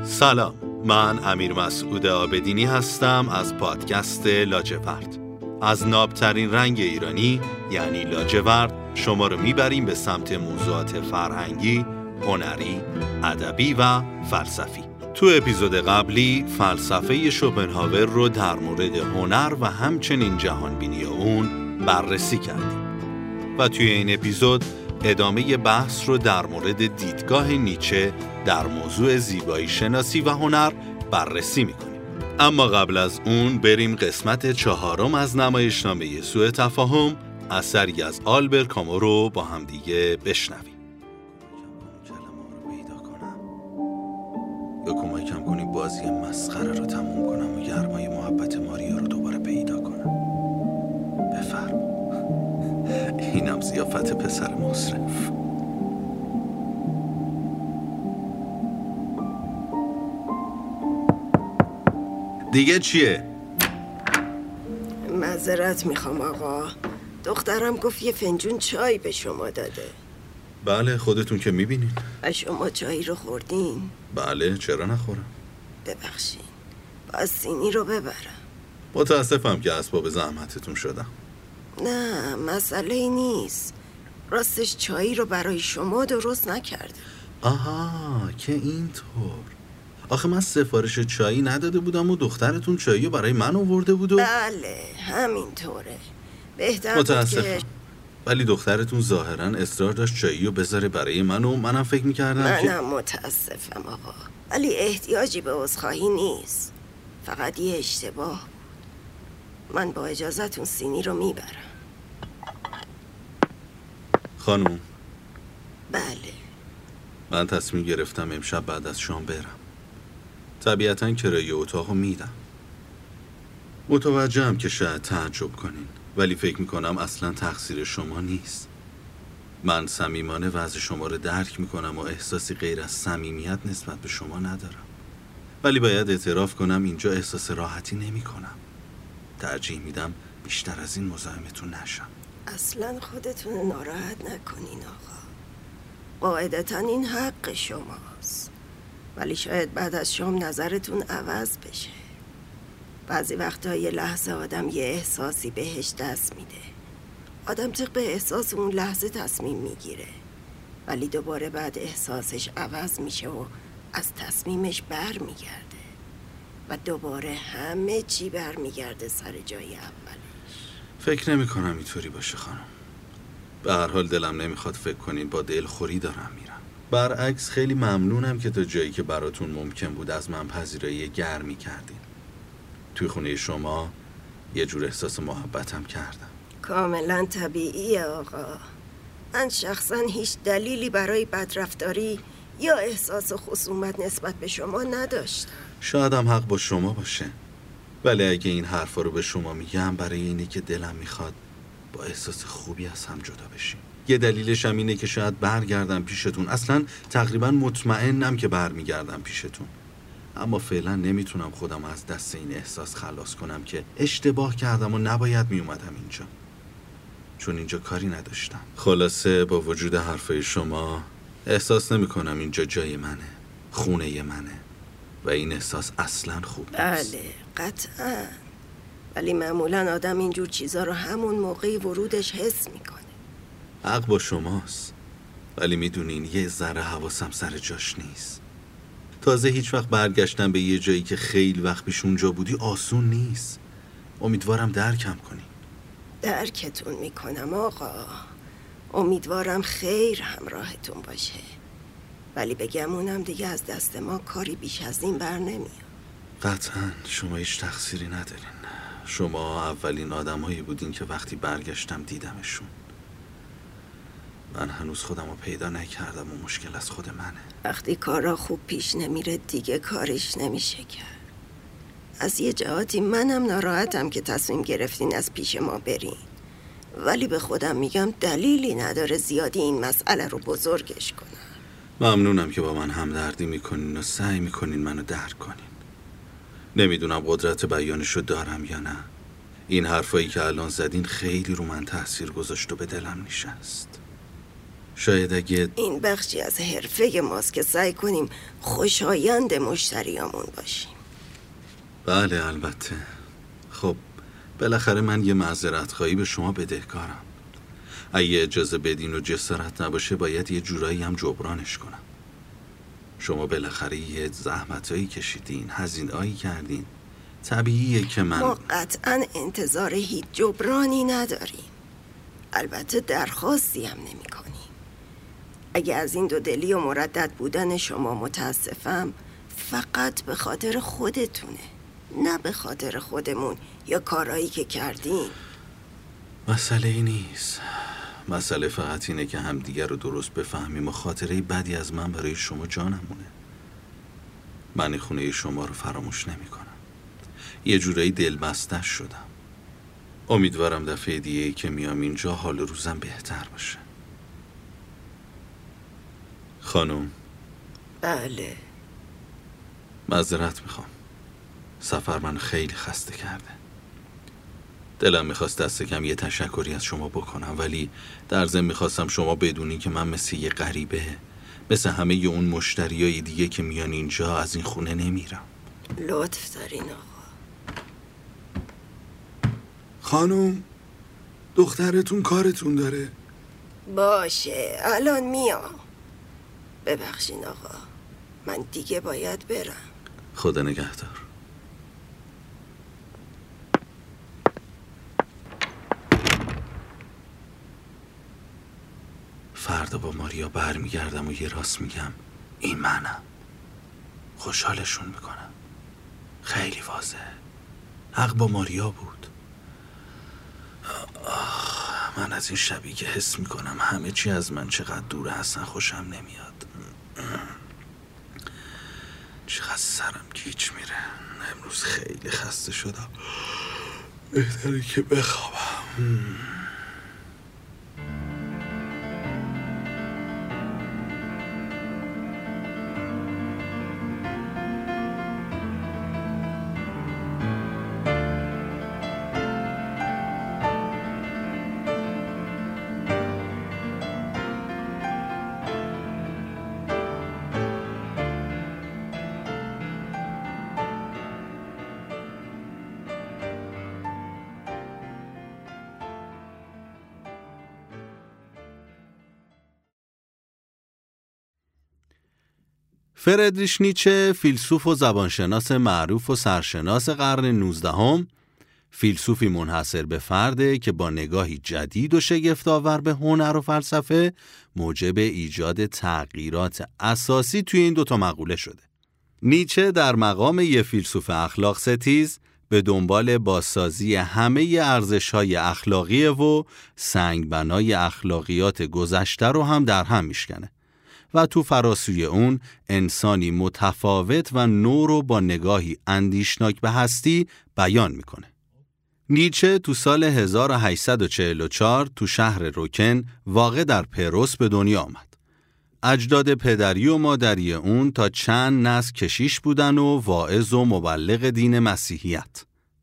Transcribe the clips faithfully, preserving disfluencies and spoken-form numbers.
سلام، من امیر مسعود عابدینی هستم از پادکست لاجورد. از نابترین رنگ ایرانی یعنی لاجورد شما رو میبریم به سمت موضوعات فرهنگی، هنری، ادبی و فلسفی. تو اپیزود قبلی فلسفه شوپنهاور رو در مورد هنر و همچنین جهانبینی اون بررسی کردیم و توی این اپیزود ادامه بحث رو در مورد دیدگاه نیچه در موضوع زیبایی شناسی و هنر بررسی میکنیم. اما قبل از اون بریم قسمت چهارم از نمایشنامه سوء تفاهم، اثری از آلبر کامو رو با هم دیگه بشنویم. یا کمکم کنی بازی مسخره رو تموم کنم و گرمای محبت ماریا رو دوباره پیدا کنم. بفرم. اینم ضیافت پسر مصرف. دیگه چیه؟ معذرت میخوام آقا، دخترم گفت یه فنجون چای به شما داده. بله، خودتون که میبینین. و شما چایی رو خوردین؟ بله، چرا نخورم؟ ببخشین، باز سینی رو ببرم. متاسفم که اسباب زحمتتون شدم. نه، مسئله ای نیست. راستش چایی رو برای شما درست نکرده. آها، که اینطور. آخه من سفارش چایی نداده بودم و دخترتون چایی رو برای من آورده بود و... بله، همینطوره. بهتر متاسفم بود که... ولی دخترتون ظاهراً اصرار داشت چایی رو بذاره برای من و منم فکر میکردم که... منم متاسفم آقا، ولی احتیاجی به عذرخواهی نیست. فقط یه اشتباه بود. من با اجازهتون سینی رو میبرم. خانم. بله. من تصمیم گرفتم امشب بعد از شام برم. طبیعتاً کرایه اتاقو میدم. متوجهم که شاید تعجب کنین، ولی فکر میکنم اصلا تقصیر شما نیست. من صمیمانه وضع شما رو درک میکنم و احساسی غیر از صمیمیت نسبت به شما ندارم. ولی باید اعتراف کنم اینجا احساس راحتی نمیکنم. ترجیح میدم بیشتر از این مزاحمتون نشم. اصلا خودتون ناراحت نکنین آقا. قاعدتا این حق شماست، ولی شاید بعد از شام نظرتون عوض بشه. بعضی وقتا یه لحظه آدم یه احساسی بهش دست میده. آدم طبق احساس اون لحظه تصمیم میگیره، ولی دوباره بعد احساسش عوض میشه و از تصمیمش بر میگرده و دوباره همه چی بر میگرده سر جای اولش. فکر نمی کنم اینطوری باشه خانم. به هر حال دلم نمیخواد فکر کنین با دلخوری دارم میرم. برعکس خیلی ممنونم که تا جایی که براتون ممکن بود از من پذیرایی گرمی کردین. توی خونه شما یه جور احساس محبتم کردم. کاملا طبیعیه آقا. من شخصا هیچ دلیلی برای بدرفتاری یا احساس خصومت نسبت به شما نداشتم. شاید هم حق با شما باشه، ولی اگه این حرفا رو به شما میگم برای اینه که دلم میخواد با احساس خوبی از هم جدا بشیم. یه دلیلش هم اینه که شاید برگردم پیشتون. اصلا تقریبا مطمئنم که برمیگردم پیشتون، اما فعلا نمیتونم خودم از دست این احساس خلاص کنم که اشتباه کردم و نباید میومدم اینجا، چون اینجا کاری نداشتم. خلاصه با وجود حرفای شما احساس نمیکنم اینجا جای منه، خونه منه و این احساس اصلا خوب نیست. بله قطعا، ولی معمولا آدم اینجور چیزا رو همون موقعی ورودش حس میکنه. حق با شماست، ولی میدونین یه ذره حواسم سر جاش نیست. تازه هیچ وقت برگشتن به یه جایی که خیلی وقت پیش اونجا بودی آسون نیست. امیدوارم درکم کنین. درکتون میکنم آقا، امیدوارم خیر همراهتون باشه، ولی بگمونم دیگه از دست ما کاری بیش از این بر نمیاد. قطعا شما هیچ تقصیری ندارین. شما اولین آدمایی بودین که وقتی برگشتم دیدمشون. من هنوز خودم رو پیدا نکردم و مشکل از خود منه. وقتی کارا خوب پیش نمیره دیگه کارش نمیشه کرد. از یه جهاتی منم ناراحتم که تصمیم گرفتین از پیش ما برین، ولی به خودم میگم دلیلی نداره زیادی این مسئله رو بزرگش کنم. ممنونم که با من همدردی میکنین و سعی میکنین منو درک کنین. نمیدونم قدرت بیانشو دارم یا نه. این حرفایی که الان زدین خیلی رو من تأثیر گذاشت و به دلم نشست. شاید اگه این بخشی از حرفه ماست که سعی کنیم خوشایند مشتریامون باشیم. بله البته. خب بالاخره من یه معذرت خواهی به شما بدهکارم. اگه اجازه بدین و جسارت نباشه باید یه جورایی هم جبرانش کنم. شما بالاخره یه زحمتایی کشیدین، هزینه‌ای کردین. طبیعیه که من ما قطعا انتظار هیچ جبرانی نداریم. البته درخواستی هم نمی کنیم. اگه از این دو دلی و مردد بودن شما متاسفم، فقط به خاطر خودتونه، نه به خاطر خودمون یا کارهایی که کردین. مسئله ای نیست. مسئله فقط اینه که همدیگر رو درست بفهمیم و خاطره بدی از من برای شما جانمونه. من خونه شما رو فراموش نمی کنم. یه جورایی دلبسته شدم. امیدوارم دفعه دیگه که میام اینجا حال روزم بهتر باشه. خانم. بله. معذرت میخوام. سفر من خیلی خسته کرده. دلم میخواست دست کم یه تشکری از شما بکنم، ولی در ضمن میخواستم شما بدونی که من مثل یه غریبه، مثل همه ی اون مشتریای دیگه که میان اینجا از این خونه نمیرم. لطف دارین آقا. خانم، دخترتون کارتون داره. باشه الان میام. ببخشین آقا، من دیگه باید برم. خدا نگهدار. فردا با ماریا برمیگردم و یه راست میگم این منم. خوشحالشون میکنم. خیلی واضحه. حق با ماریا بود. آه، من از این شبی که حس میکنم همه چی از من چقدر دوره اصلا خوشم نمیاد. چقدر سرم گیج میره. امروز خیلی خسته شدم. بهتره که بخوابم. فردریش نیچه، فیلسوف و زبانشناس معروف و سرشناس قرن نوزدهم، فیلسوفی منحصر به فرده که با نگاهی جدید و شگفت‌آور به هنر و فلسفه موجب ایجاد تغییرات اساسی توی این دوتا مقوله شده. نیچه در مقام یه فیلسوف اخلاق ستیز به دنبال بازسازی همه ارزش‌های اخلاقی و سنگبنای اخلاقیات گذشته رو هم در هم میشکنه و تو فراسوی اون انسانی متفاوت و نو رو با نگاهی اندیشناک به هستی بیان میکنه. نیچه تو سال هزار و هشتصد و چهل و چهار تو شهر روکن واقع در پروس به دنیا آمد. اجداد پدری و مادری اون تا چند نسل کشیش بودن و واعظ و مبلغ دین مسیحیت.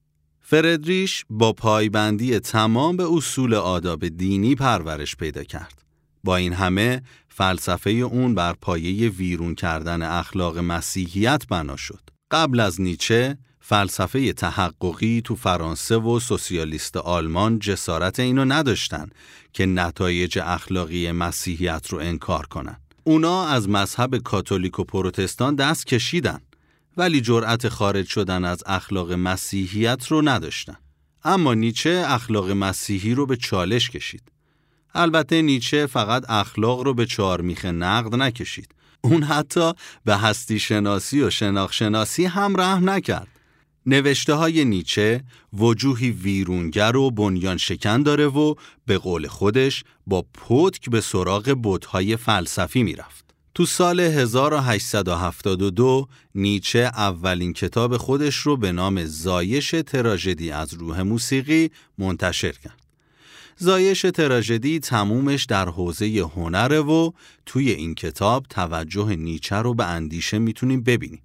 فردریش با پایبندی تمام به اصول آداب دینی پرورش پیدا کرد. با این همه فلسفه اون بر پایه ویرون کردن اخلاق مسیحیت بنا شد. قبل از نیچه فلسفه تحققی تو فرانسه و سوسیالیست آلمان جسارت اینو نداشتن که نتایج اخلاقی مسیحیت رو انکار کنن. اونا از مذهب کاتولیک و پروتستان دست کشیدن ولی جرأت خارج شدن از اخلاق مسیحیت رو نداشتن. اما نیچه اخلاق مسیحی رو به چالش کشید. البته نیچه فقط اخلاق رو به چهارمیخ نقد نکشید. اون حتی به هستی شناسی و شناخت شناسی هم رحم نکرد. نوشته های نیچه وجوهی ویرونگر و بنیان شکن داره و به قول خودش با پتک به سراغ بت‌های فلسفی میرفت. تو سال هزار و هشتصد و هفتاد و دو نیچه اولین کتاب خودش رو به نام زایش تراژدی از روح موسیقی منتشر کرد. زایش تراژدی تمومش در حوزه هنره و توی این کتاب توجه نیچه رو به اندیشه میتونیم ببینیم.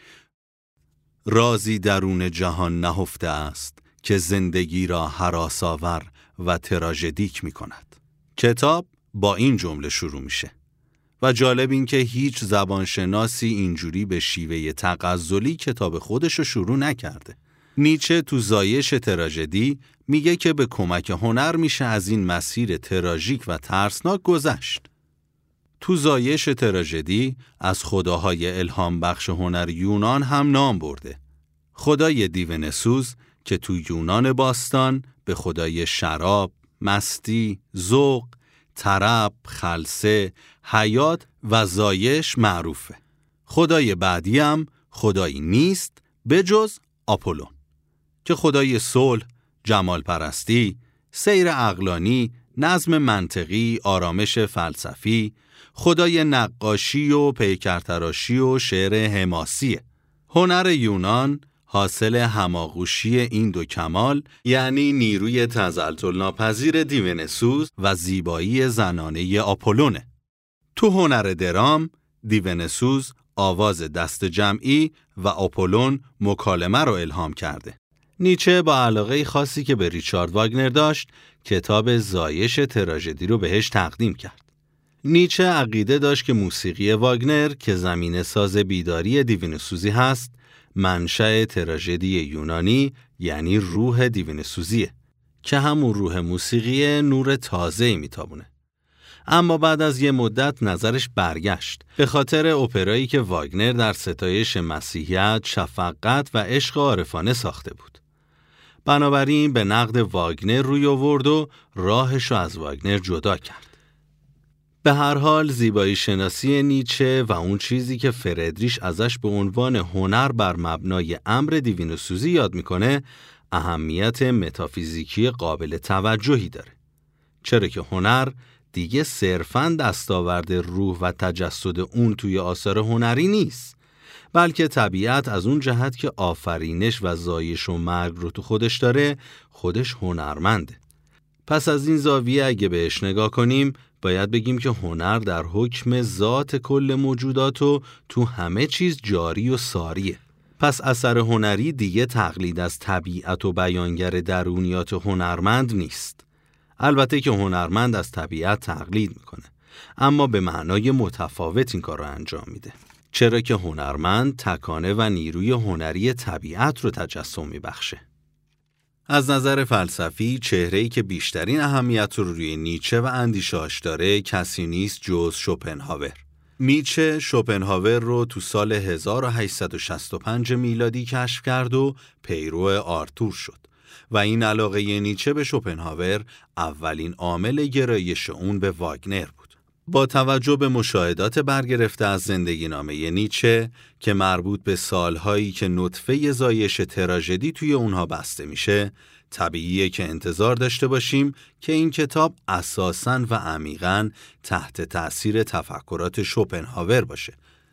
رازی درون جهان نهفته است که زندگی را هراس‌آور و تراژدیک می کند. کتاب با این جمله شروع میشه. و جالب این که هیچ زبانشناسی اینجوری به شیوه تغزلی کتاب خودشو شروع نکرده. نیچه تو زایش تراژدی میگه که به کمک هنر میشه از این مسیر تراژیک و ترسناک گذشت. تو زایش تراژدی از خداهای الهام بخش هنر یونان هم نام برده. خدای دیونسوس که تو یونان باستان به خدای شراب، مستی، ذوق، طرب، خلسه، حیات و زایش معروفه. خدای بعدی هم خدایی نیست به جز آپولون که خدای صلح، جمال پرستی، سیر عقلانی، نظم منطقی، آرامش فلسفی، خدای نقاشی و پیکرتراشی و شعر حماسیه. هنر یونان حاصل هماغوشی این دو کمال، یعنی نیروی تزلزل ناپذیر دیونسوس و زیبایی زنانه آپولونه. تو هنر درام، دیونسوس آواز دست جمعی و آپولون مکالمه رو الهام کرده. نیچه با علاقه خاصی که به ریچارد واگنر داشت، کتاب زایش تراژدی رو بهش تقدیم کرد. نیچه عقیده داشت که موسیقی واگنر که زمینه ساز بیداری دیونسوسی هست، منشأ تراژدی یونانی یعنی روح دیونسوسیه که همون روح موسیقی نور تازه‌ای میتابونه. اما بعد از یه مدت نظرش برگشت به خاطر اپرایی که واگنر در ستایش مسیحیت، شفقت و عشق عارفانه ساخته بود. بنابراین به نقد واگنر روی آورد و راهشو از واگنر جدا کرد. به هر حال زیبایی شناسی نیچه و اون چیزی که فردریش ازش به عنوان هنر بر مبنای امر دیونسوسی یاد میکنه، اهمیت متافیزیکی قابل توجهی داره. چرا که هنر دیگه صرفاً دستاورد روح و تجسد اون توی آثار هنری نیست، بلکه طبیعت از اون جهت که آفرینش و زایش و مرگ رو تو خودش داره، خودش هنرمنده. پس از این زاویه اگه بهش نگاه کنیم، باید بگیم که هنر در حکم ذات کل موجودات و تو همه چیز جاری و ساریه. پس اثر هنری دیگه تقلید از طبیعت و بیانگر درونیات هنرمند نیست. البته که هنرمند از طبیعت تقلید میکنه، اما به معنای متفاوت این کار رو انجام میده. چرا که هنرمند تکانه و نیروی هنری طبیعت رو تجسم میبخشه. از نظر فلسفی، چهره‌ای که بیشترین اهمیت رو روی نیچه و اندیشه‌اش داره کسی نیست جز شوپنهاور. نیچه شوپنهاور رو تو سال هزار و هشتصد و شصت و پنج میلادی کشف کرد و پیرو آرتور شد و این علاقه نیچه به شوپنهاور اولین عامل گرایش اون به واگنر بود. با توجه به مشاهدات برگرفته از زندگی نامه نیچه که مربوط به سالهایی که نطفه زایش تراژدی توی اونها بسته میشه، طبیعیه که انتظار داشته باشیم که این کتاب اساساً و عمیقاً تحت تأثیر تفکرات شوپنهاور باشه.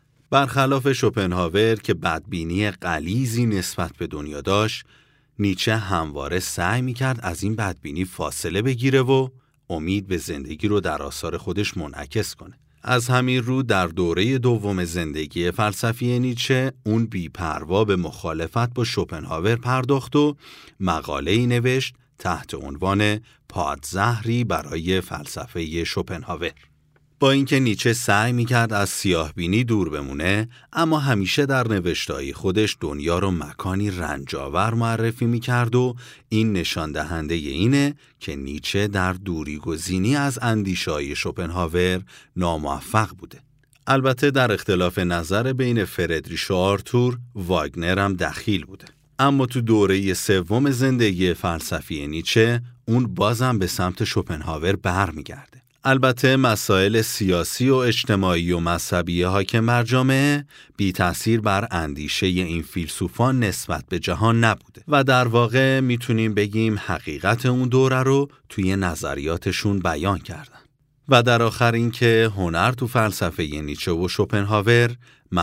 برخلاف شوپنهاور که بدبینی غلیظی نسبت به دنیا داشت، نیچه همواره سعی میکرد از این بدبینی فاصله بگیره و امید به زندگی رو در آثار خودش منعکس کنه. از همین رو در دوره دوم زندگی فلسفی نیچه اون بی‌پروا به مخالفت با شوپنهاور پرداخت و مقاله‌ای نوشت تحت عنوان پادزهری برای فلسفه شوپنهاور. با اینکه نیچه سعی میکرد از سیاه‌بینی دور بمونه، اما همیشه در نوشته‌های خودش دنیا رو مکانی رنجاور معرفی میکرد و این نشان دهنده اینه که نیچه در دوری گزینی از اندیشه‌های شوپنهاور ناموفق بوده. البته در اختلاف نظر بین فردریش و آرتور، واگنر هم دخیل بوده. اما تو دوره سوم زندگی فلسفی نیچه، اون بازم به سمت شوپنهاور برمیگرده. البته مسائل سیاسی و اجتماعی و مذهبی حاکم بر جامعه بی تأثیر بر اندیشه این فیلسوفان نسبت به جهان نبوده و در واقع میتونیم بگیم حقیقت اون دوره رو توی نظریاتشون بیان کردن. و در آخر این که هنر تو فلسفه نیچه و شوپنهاور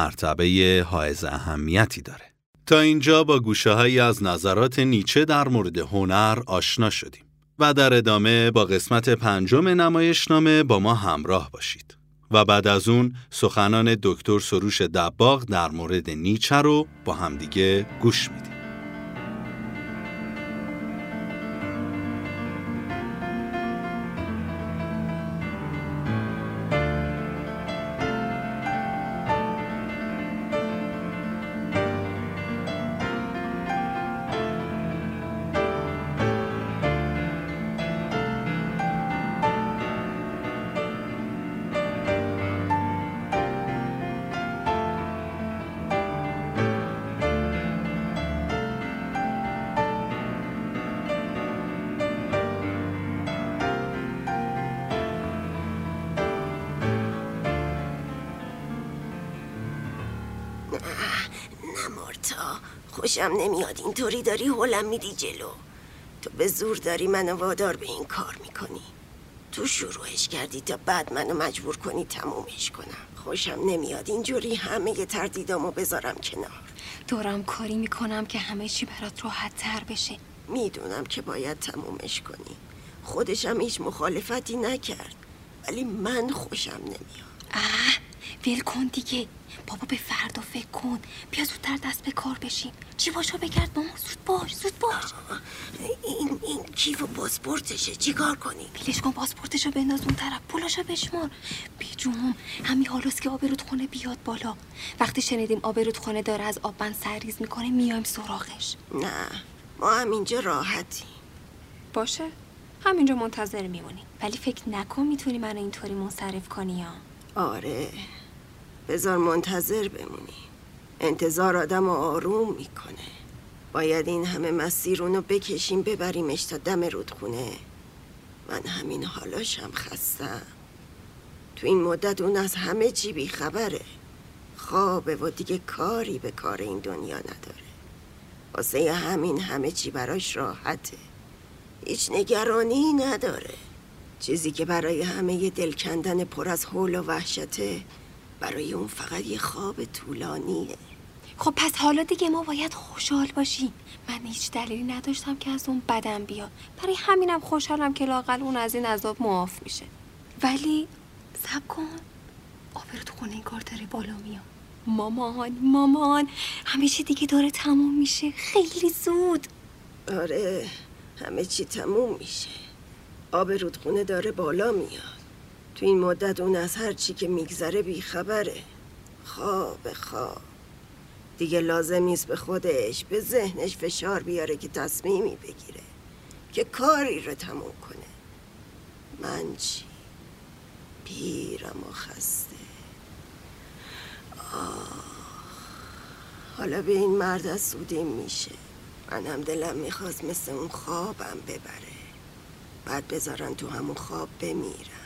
مرتبه حائز اهمیتی داره. تا اینجا با گوشه‌هایی از نظرات نیچه در مورد هنر آشنا شدیم. و در ادامه با قسمت پنجم نمایشنامه با ما همراه باشید و بعد از اون سخنان دکتر سروش دباغ در مورد نیچه رو با همدیگه گوش میدیم. نه مارتا، خوشم نمیاد اینطوری داری هولم میدی جلو. تو به زور داری منو وادار به این کار میکنی. تو شروعش کردی تا بعد منو مجبور کنی تمومش کنم. خوشم نمیاد اینجوری همه تردیدامو بذارم کنار. دارم کاری میکنم که همه چی برات راحت تر بشه. میدونم که باید تمومش کنی. خودشم هیچ مخالفتی نکرد، ولی من خوشم نمیاد. اه ول کن دیگه. بابا به فردا فکر کن. بیا زودتر دست به کار بشیم. چی باشو بگرد ماما. زود باش زود باش. این این کیف و پاسپورتشه چی کار کنی؟ پیلش کن پاسپورتشو بنداز اون طرف. پولاشو بشمار. بیجون همین حالاست که آب رودخونه بیاد بالا. وقتی شنیدیم آب رودخونه داره از آب بند سرریز میکنه میایم سراغش. نه ما همینجا راحتیم. باشه همینجا منتظر میمونیم، ولی فکر نکن میتونی منو اینطوری منصرف کنی یا؟ آره بذار منتظر بمونی. انتظار آدم آروم میکنه. باید این همه مسیر اونو بکشیم ببریمش تا دم رودخونه. من همین حالاشم خستم. تو این مدت اون از همه چی بی خبره. خوابه و دیگه کاری به کار این دنیا نداره. واسه همین همه چی براش راحته. هیچ نگرانی نداره. چیزی که برای همه یه دل کندن پر از هول و وحشته، برای اون فقط یه خواب طولانیه. خب پس حالا دیگه ما باید خوشحال باشیم. من هیچ دلیلی نداشتم که از اون بدم بیاد. برای همینم خوشحالم که لااقل اون از این عذاب معاف میشه. ولی صبر کن، آب رودخونه این کار داره بالا میاد. مامان مامان همه چی دیگه داره تموم میشه. خیلی زود. آره همه چی تموم میشه. آب رودخونه داره بالا میاد. تو این مدت اون از هر چی که میگذره بیخبره. خواب خواب. دیگه لازم نیست به خودش به ذهنش فشار بیاره که تصمیمی بگیره که کاری رو تموم کنه. من چی؟ پیرم و خسته. آه حالا به این مرد از سودیم میشه. منم دلم میخواست مثل اون خوابم ببره، بعد بذارن تو همون خواب بمیرم.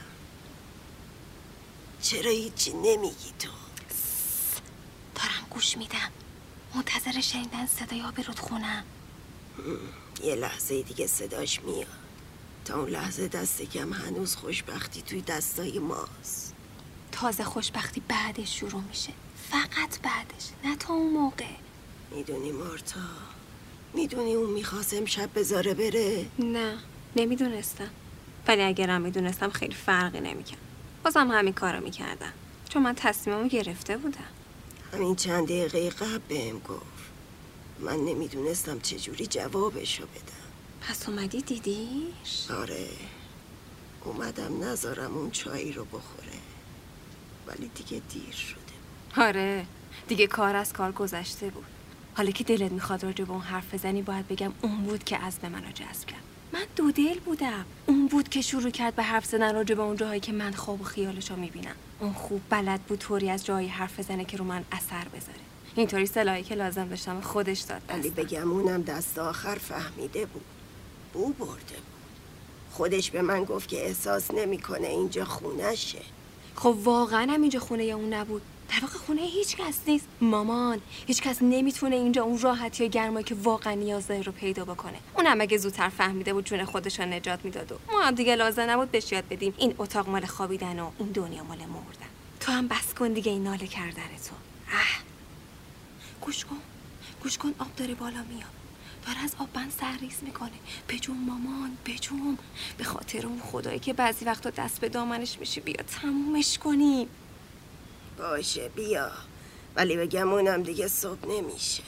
چرا هیچی نمیگی تو؟ دارم گوش میدم. منتظر شنیدن صدای آب رودخونه‌ام. یه لحظه دیگه صداش میاد. تا اون لحظه دست کم هنوز خوشبختی توی دستای ماست. تازه خوشبختی بعدش شروع میشه. فقط بعدش، نه تا اون موقع. میدونی مارتا، میدونی اون میخواست امشب بذاره بره؟ نه نمیدونستم، ولی اگرم میدونستم خیلی فرقی نمیکرد. بازم همین کارو میکردم، چون من تصمیممو گرفته بودم. همین چند دقیقه قبل بهم گفت. من نمیدونستم چجوری جوابشو بدم. پس اومدی دیدیش؟ آره اومدم نذارم اون چایی رو بخوره، ولی دیگه دیر شده. آره دیگه کار از کار گذشته بود. حالا که دلت میخواد راجع به اون حرف بزنی باید بگم اون بود که عزم منو جذب کرد. من دو دل بودم. اون بود که شروع کرد به حرف زدن راجع به اون جاهایی که من خواب و خیالشو میبینم. اون خوب بلد بود طوری از جایی حرف بزنه که رو من اثر بذاره. اینطوری سلاحی که لازم داشتم خودش داد دستم. ولی بگم اونم دست آخر فهمیده بود. بو برده بود. خودش به من گفت که احساس نمیکنه اینجا خونشه. خب واقعا هم اینجا خونه اون نبود. در واقع خونه هیچ کس نیست. مامان هیچ کس نمیتونه اینجا اون راحتی و گرمایی که واقعا نیاز داره رو پیدا بکنه. اونم اگه زودتر فهمیده بود جون خودش رو نجات میداد و ما هم دیگه لازم نبود بهش یاد بدیم این اتاق مال خوابیدن و این دنیا مال مردن. تو هم بس کن دیگه این ناله کردن تو. اه گوش کن گوش کن آب داره بالا میاد. داره از آب بند سرریز میکنه. بجون مامان بجون. به خاطر اون خدایی که بعضی وقتا دست به دامنش میشه بیا تمومش کنیم. باشه بیا، ولی بگم اونم دیگه صبح نمیشه.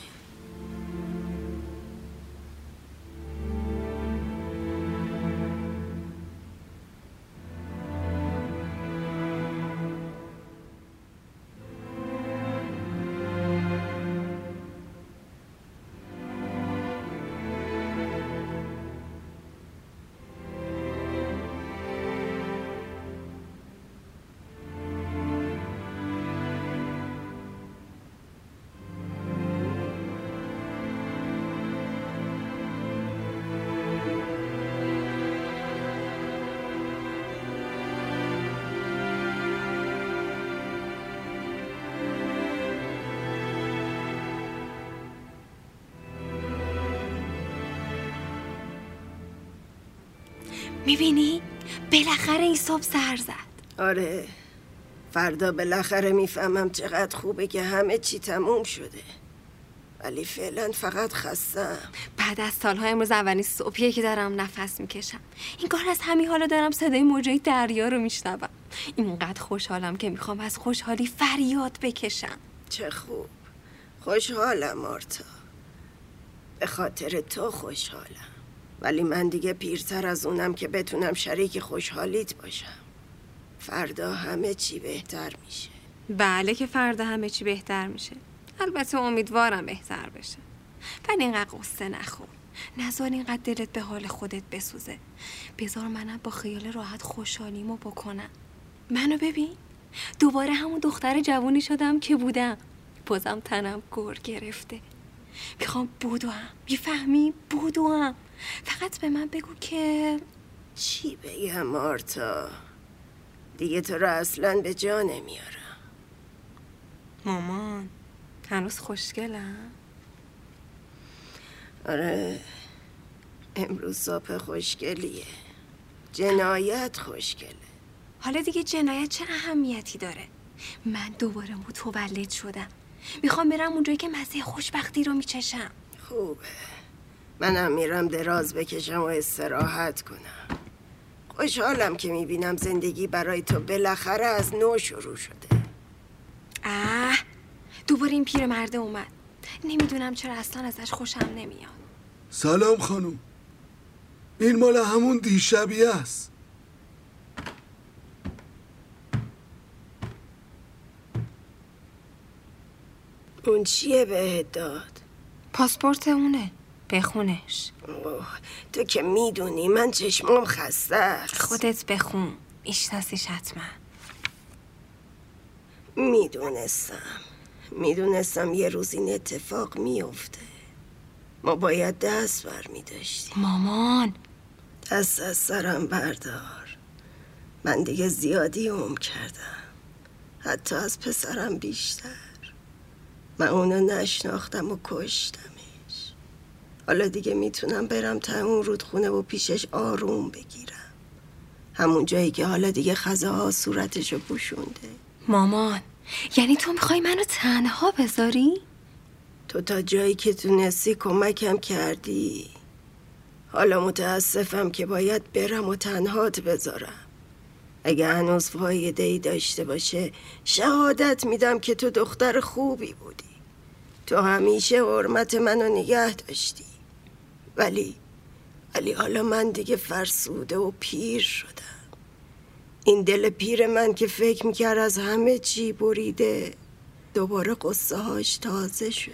میبینی؟ بالاخره این صبح سر زد. آره، فردا بالاخره میفهمم چقدر خوبه که همه چی تموم شده. ولی فعلا فقط خستم. بعد از سالها امروز اولین صبحیه که دارم نفس میکشم. این کار از همین حالا دارم صدای موجای دریا رو میشنوم. اینقدر خوشحالم که میخوام از خوشحالی فریاد بکشم. چه خوب. خوشحالم مارتا. به خاطر تو خوشحالم. ولی من دیگه پیرتر از اونم که بتونم شریک خوشحالیت باشم. فردا همه چی بهتر میشه. بله که فردا همه چی بهتر میشه. البته امیدوارم بهتر بشه. ولی اینقدر قصه نخور. نذار اینقدر دلت به حال خودت بسوزه. بذار منم با خیال راحت خوشحالیمو بکنم. منو ببین. دوباره همون دختر جوونی شدم که بودم. بازم تنم گر گرفته. میخوام بودوام. میفهمی؟ بودوام. فقط به من بگو که چی بگم مارتا؟ دیگه تو رو اصلا به جا نمیارم. مامان هنوز خوشگلم؟ آره، امروز صبح خوشگلیه. جنایت خوشگله. حالا دیگه جنایت چه اهمیتی داره؟ من دوباره متولد شدم. میخوام برم اونجایی که مزه خوشبختی رو میچشم. خوبه. منم میرم دراز بکشم و استراحت کنم. خوشحالم که میبینم زندگی برای تو بالاخره از نو شروع شده. اه، دوباره این پیرمرده اومد. نمیدونم چرا اصلا ازش خوشم نمیاد. سلام خانم. این مال همون دیشبی است. اون چیه بهت داد؟ پاسپورت اونه. بخونش. اوه، تو که میدونی من چشمام خسته است. خودت بخون. میشناسیش حتما. میدونستم میدونستم یه روز این اتفاق میفته. ما باید دست بر میداشتیم. مامان دست از سرم بردار. من دیگه زیادی عمر کردم، حتی از پسرم بیشتر. من اونو نشناختم و کشتمش. حالا دیگه میتونم برم تا اون رودخونه و پیشش آروم بگیرم، همون جایی که حالا دیگه خزه‌ها صورتشو پوشونده. مامان یعنی تو میخوای منو تنها بذاری؟ تو تا جایی که تونستی کمکم کردی. حالا متاسفم که باید برم و تنهات بذارم. اگه هنوز فایده ای داشته باشه شهادت میدم که تو دختر خوبی بودی. تو همیشه حرمت منو نگه داشتی. ولی ولی حالا من دیگه فرسوده و پیر شدم. این دل پیر من که فکر میکرد از همه چی بریده دوباره قصه هاش تازه شده.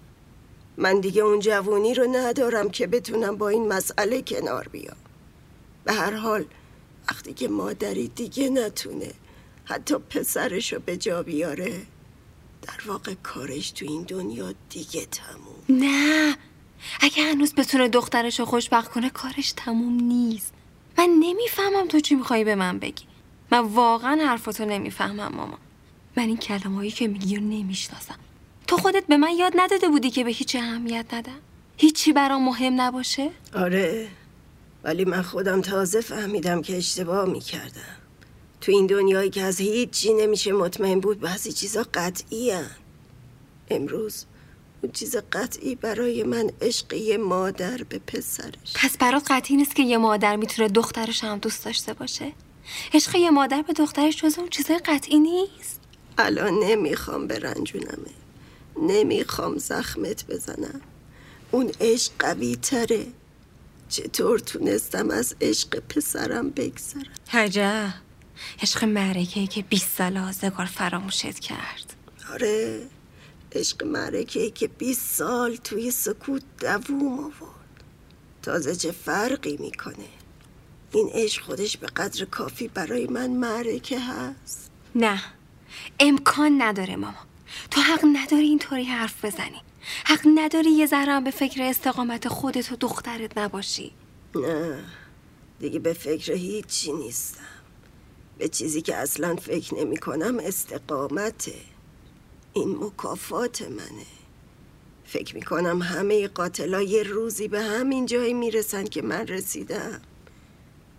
من دیگه اون جوونی رو ندارم که بتونم با این مسئله کنار بیام. به هر حال وقتی که مادری دیگه نتونه حتی پسرشو به جا بیاره، در واقع کارش تو این دنیا دیگه تموم. نه، اگه هنوز بتونه دخترشو خوشبخت کنه کارش تموم نیست. من نمیفهمم تو چی میخوایی به من بگی. من واقعا حرفاتو نمیفهمم ماما. من این کلمه‌هایی که میگی رو نمیشناسم. تو خودت به من یاد نداده بودی که به هیچ اهمیت ندم؟ هیچی برام مهم نباشه؟ آره، ولی من خودم تازه فهمیدم که اشتباه میکردم. تو این دنیایی که از هیچ چی نمیشه مطمئن بود بعضی چیزا قطعی هن. امروز اون چیز قطعی برای من عشق یه مادر به پسرش. پس برات قطعی نیست که یه مادر میتونه دخترش هم دوست داشته باشه؟ عشق یه مادر به دخترش جز اون چیزای قطعی نیست؟ الان نمیخوام برنجونمه، نمیخوام زخمت بزنم. اون عشق قوی تره. چطور تونستم از عشق پسرم بگذرم؟ عجب، عشق معرکه‌ای که بیست سال آزگار فراموشت کرد. آره، عشق معرکه‌ای که بیست سال توی سکوت دووم آورد. تازه چه فرقی میکنه؟ این عشق خودش به قدر کافی برای من معرکه هست. نه، امکان نداره ماما. تو حق نداری اینطوری حرف بزنی. حق نداری یه ذره هم به فکر استقامت خودت و دخترت نباشی. نه، دیگه به فکر هیچی نیستم. به چیزی که اصلا فکر نمی کنم استقامته. این مکافات منه. فکر می کنم همه قاتلا یه روزی به همین جایی میرسن که من رسیدم.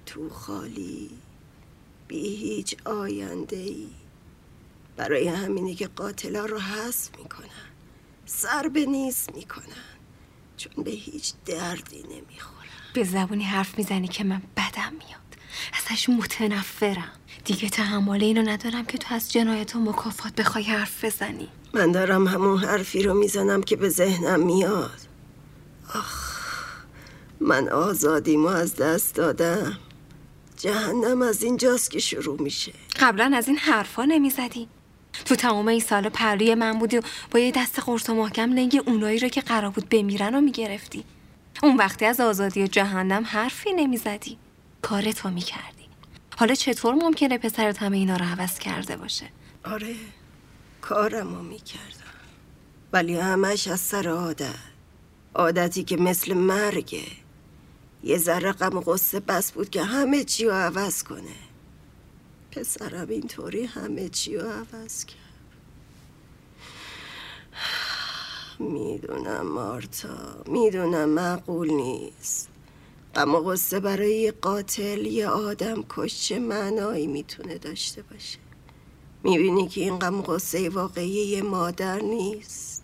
تو خالی، بی هیچ آینده ای. برای همینه که قاتلا رو حذف میکنن، سر به نیست میکنن، چون به هیچ دردی نمیخورن. به زبونی حرف میزنی که من بدم میاد، ازش متنفرم. دیگه تحمل اینو ندارم که تو از جنایت و مکافات بخوای حرف بزنی. من دارم همون حرفی رو میزنم که به ذهنم میاد. آخ، من آزادیمو از دست دادم. جهنم از اینجاست که شروع میشه. قبلا از این حرفا نمیزدی؟ تو تمام این سال پهلوی من بودی و با یه دست قرص و محکم لنگ اونایی رو که قرار بود بمیرن رو میگرفتی. اون وقتی از آزادی و جهنم حرفی نمیزدی، کارتو میکردی. حالا چطور ممکنه پسرت همه اینا رو عوض کرده باشه؟ آره، کارمو میکردم، ولی همش از سر عادت. عادتی که مثل مرگه. یه ذره غم و غصه بس بود که همه چی رو عوض کنه. پسرم اینطوری همه چی رو عوض کرد. میدونم مارتا، میدونم معقول نیست. غم و غصه برای یه قاتل یه آدم کش چه معنایی میتونه داشته باشه؟ میبینی که این غم و غصه واقعی یه مادر نیست.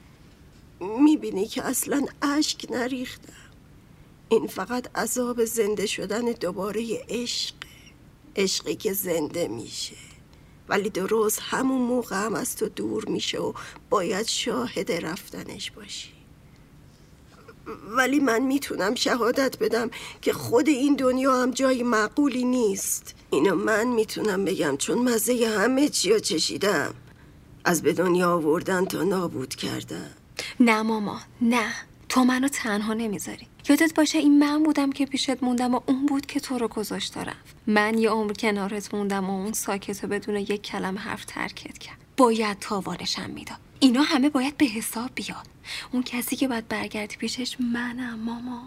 میبینی که اصلا اشک نریختم. این فقط عذاب زنده شدن دوباره عشقه. عشقی که زنده میشه ولی درست همون موقع هم از تو دور میشه و باید شاهد رفتنش باشی. ولی من میتونم شهادت بدم که خود این دنیا هم جای معقولی نیست. اینو من میتونم بگم، چون مزه همه چی رو چشیدم. از به دنیا آوردن تا نابود کردن. نه ماما، نه، تو منو تنها نمیذاری. یادت باشه این من بودم که پیشت موندم و اون بود که تو رو گذاشت رفت. من یه عمر کنارت موندم و اون ساکت و بدون یک کلمه حرف ترکت کرد. باید تاوانشم میداد. اینا همه باید به حساب بیاد. اون کسی که باید برگردی پیشش منم ماما.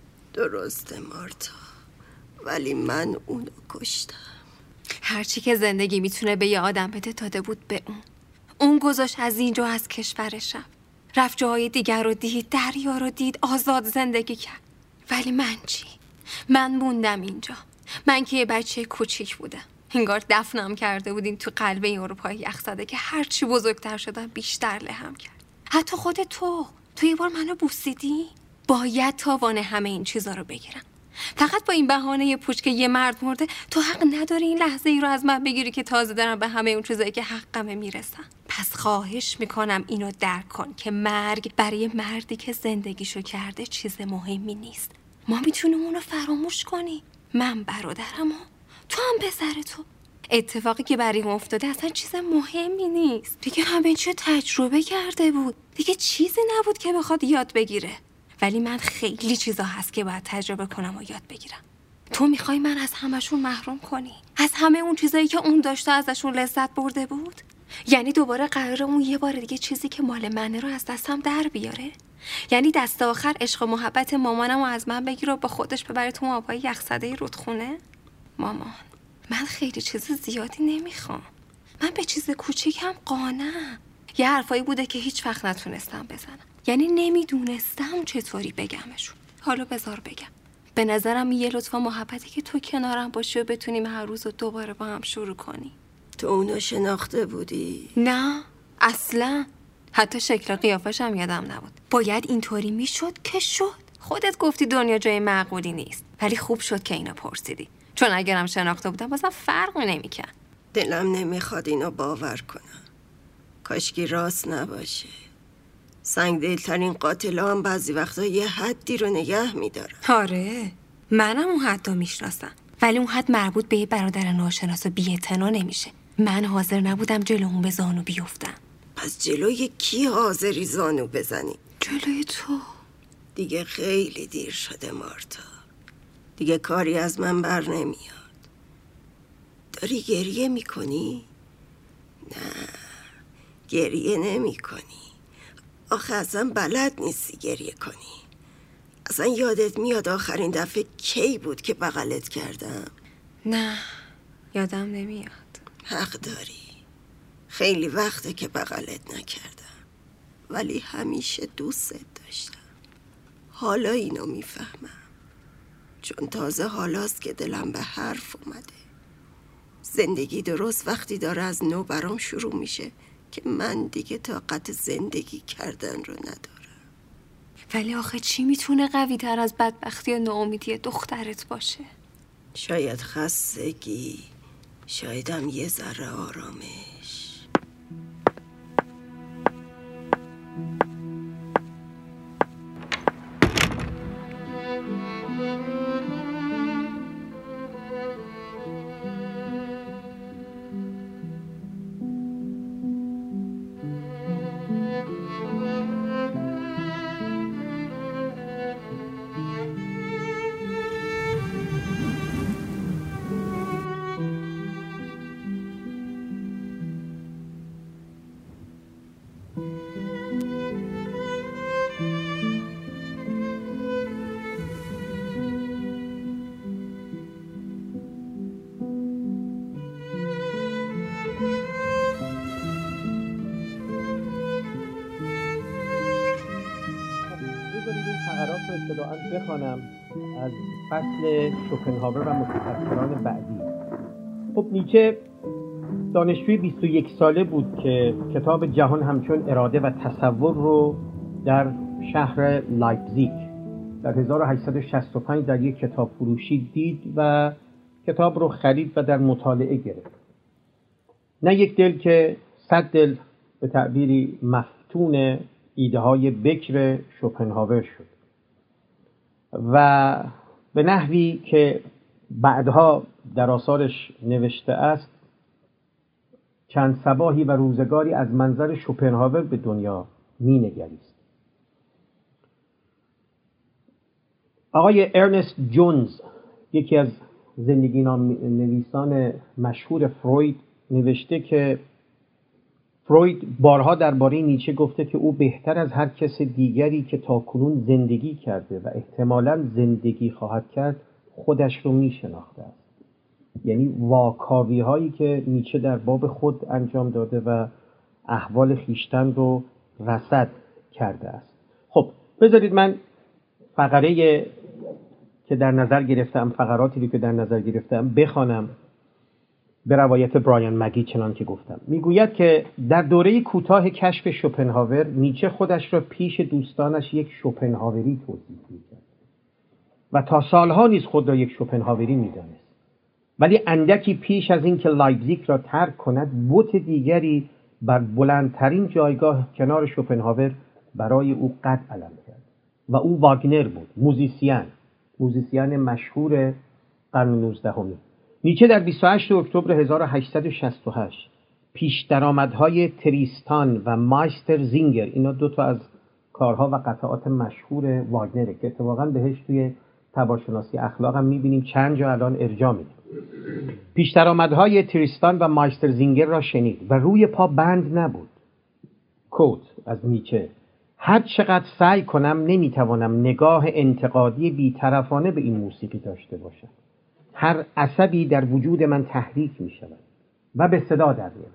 درسته مارتا، ولی من اونو کشتم. هرچی که زندگی میتونه به یه آدم بده داده بود به اون. اون گذاشت از اینجا از کشورشم، رفت جاهای دیگر رو دید، دریا رو دید، آزاد زندگی کرد. ولی من چی؟ من موندم اینجا. من که یه بچه کوچیک بودم. انگار دفنم کرده بودین تو قلب این اروپای یخزده که هرچی بزرگتر شدم بیشتر لهم کرد. حتی خود تو تو یه بار منو بوسیدی. باید تاوان همه این چیزا رو بگیرم. فقط با این بهانه پوچ که یه مرد مرده تو حق نداری این لحظه ای رو از من بگیری که تازه دارم به همه اون چیزایی که حقمه میرسم. پس خواهش میکنم اینو درک کن که مرگ برای مردی که زندگیشو کرده چیز مهمی نیست. ما میتونیم اونو فراموش کنیم. من برادرم و تو هم پسر تو. اتفاقی که برای اون افتاده اصلا چیز مهمی نیست. دیگه همه چی تجربه کرده بود. دیگه چیزی نبود که بخواد یاد بگیره. ولی من خیلی چیزا هست که باید تجربه کنم و یاد بگیرم. تو میخوای من از همشون محروم کنی؟ از همه اون چیزایی که اون داشته ازشون لذت برده بود؟ یعنی دوباره قراره اون یه بار دیگه چیزی که مال منه رو از دستم در بیاره؟ یعنی دست آخر عشق و محبت مامانم رو از من بگیره و با خودش ببره تو آبای یخزده رودخونه؟ مامان، من خیلی چیز زیادی نمیخوام. من به چیز کوچیکم قانعم. یه حرفایی بوده که هیچ وقت نتونستم بزنم. یعنی نمیدونستم چطوری بگمشون. حالا بذار بگم. به نظرم یه لطفا محبتی که تو کنارم باشی و بتونیم هر روز رو دوباره با هم شروع کنی. تو اونو شناخته بودی؟ نه اصلا. حتی شکل قیافش هم یادم نبود. باید اینطوری میشد که شد. خودت گفتی دنیا جای معقولی نیست، ولی خوب شد که اینو پرسیدی، چون اگرم شناخته بودم بازم فرقی نمیکرد. دلم نمیخواد اینو باور کنم. کاشکی راست نباشه. سنگ دلترین قاتلا هم بعضی وقتا یه حدی رو نگه میدارن. آره، منم اون حد رو میشناسم، ولی اون حد مربوط به یه برادر ناشناس و بی‌اعتنا نمیشه. من حاضر نبودم جلو اون به زانو بیفتم. پس جلوی کی حاضری زانو بزنی؟ جلوی تو. دیگه خیلی دیر شده مارتا. دیگه کاری از من بر نمیاد. داری گریه میکنی؟ نه، گریه نمی کنی. آخه اصلا بلد نیستی گریه کنی. اصلا یادت میاد آخرین دفعه کی بود که بغلت کردم؟ نه، یادم نمیاد. حق داری. خیلی وقته که بغلت نکردم، ولی همیشه دوستت داشتم. حالا اینو میفهمم، چون تازه حالاست که دلم به حرف اومده. زندگی درست وقتی داره از نو برام شروع میشه که من دیگه طاقت زندگی کردن رو ندارم. ولی آخه چی میتونه قوی تر از بدبختی و ناامیدی دخترت باشه؟ شاید خستگی، شایدم یه ذره آرامش. بخوانم از فصل شوپنهاور و متفکران بعدی. خب نیچه دانشجوی بیست و یک ساله بود که کتاب جهان همچون اراده و تصور رو در شهر لایپزیگ در هزار و هشتصد و شصت و پنج در یک کتاب فروشی دید و کتاب رو خرید و در مطالعه گرفت. نه یک دل که صد دل به تعبیری مفتون ایده های بکر شوپنهاور شد و به نحوی که بعدها در آثارش نوشته است چند صباحی و روزگاری از منظر شوپنهاور به دنیا می نگریست. آقای ارنست جونز، یکی از زندگی نویسان مشهور فروید، نوشته که فروید بارها درباره نیچه گفته که او بهتر از هر کس دیگری که تاکنون زندگی کرده و احتمالاً زندگی خواهد کرد خودش رو می شناخته است. یعنی واکاوی هایی که نیچه در باب خود انجام داده و احوال خیشتن رو رصد کرده است. خب بذارید من فقره که در نظر گرفتم، فقراتی که در نظر گرفتم بخوانم به روایت برایان مگی. چنان که گفتم میگوید که در دوره کوتاه کشف شوپنهاور نیچه خودش را پیش دوستانش یک شوپنهاوری توصیف می‌کرد و تا سالها نیز خود را یک شوپنهاوری می‌دانست. ولی اندکی پیش از اینکه لایپزیگ را ترک کند بت دیگری بر بلندترین جایگاه کنار شوپنهاور برای او قد علم کرد و او واگنر بود، موزیسین موزیسین مشهور قرن نوزدهم. نیچه در بیست و هشتم اکتبر هزار و هشتصد و شصت و هشت پیش درآمدهای تریستان و مایستر زینگر، اینا دو تا از کارها و قطعات مشهور واگنره که اتفاقا بهش توی تبارشناسی اخلاق هم میبینیم چند جا الان ارجاع میده. پیش درآمدهای تریستان و مایستر زینگر را شنید و روی پا بند نبود. کوت از نیچه: هر چقدر سعی کنم نمیتوانم نگاه انتقادی بی‌طرفانه به این موسیقی داشته باشم. هر عصبی در وجود من تحریک می شود و به صدا در میاد.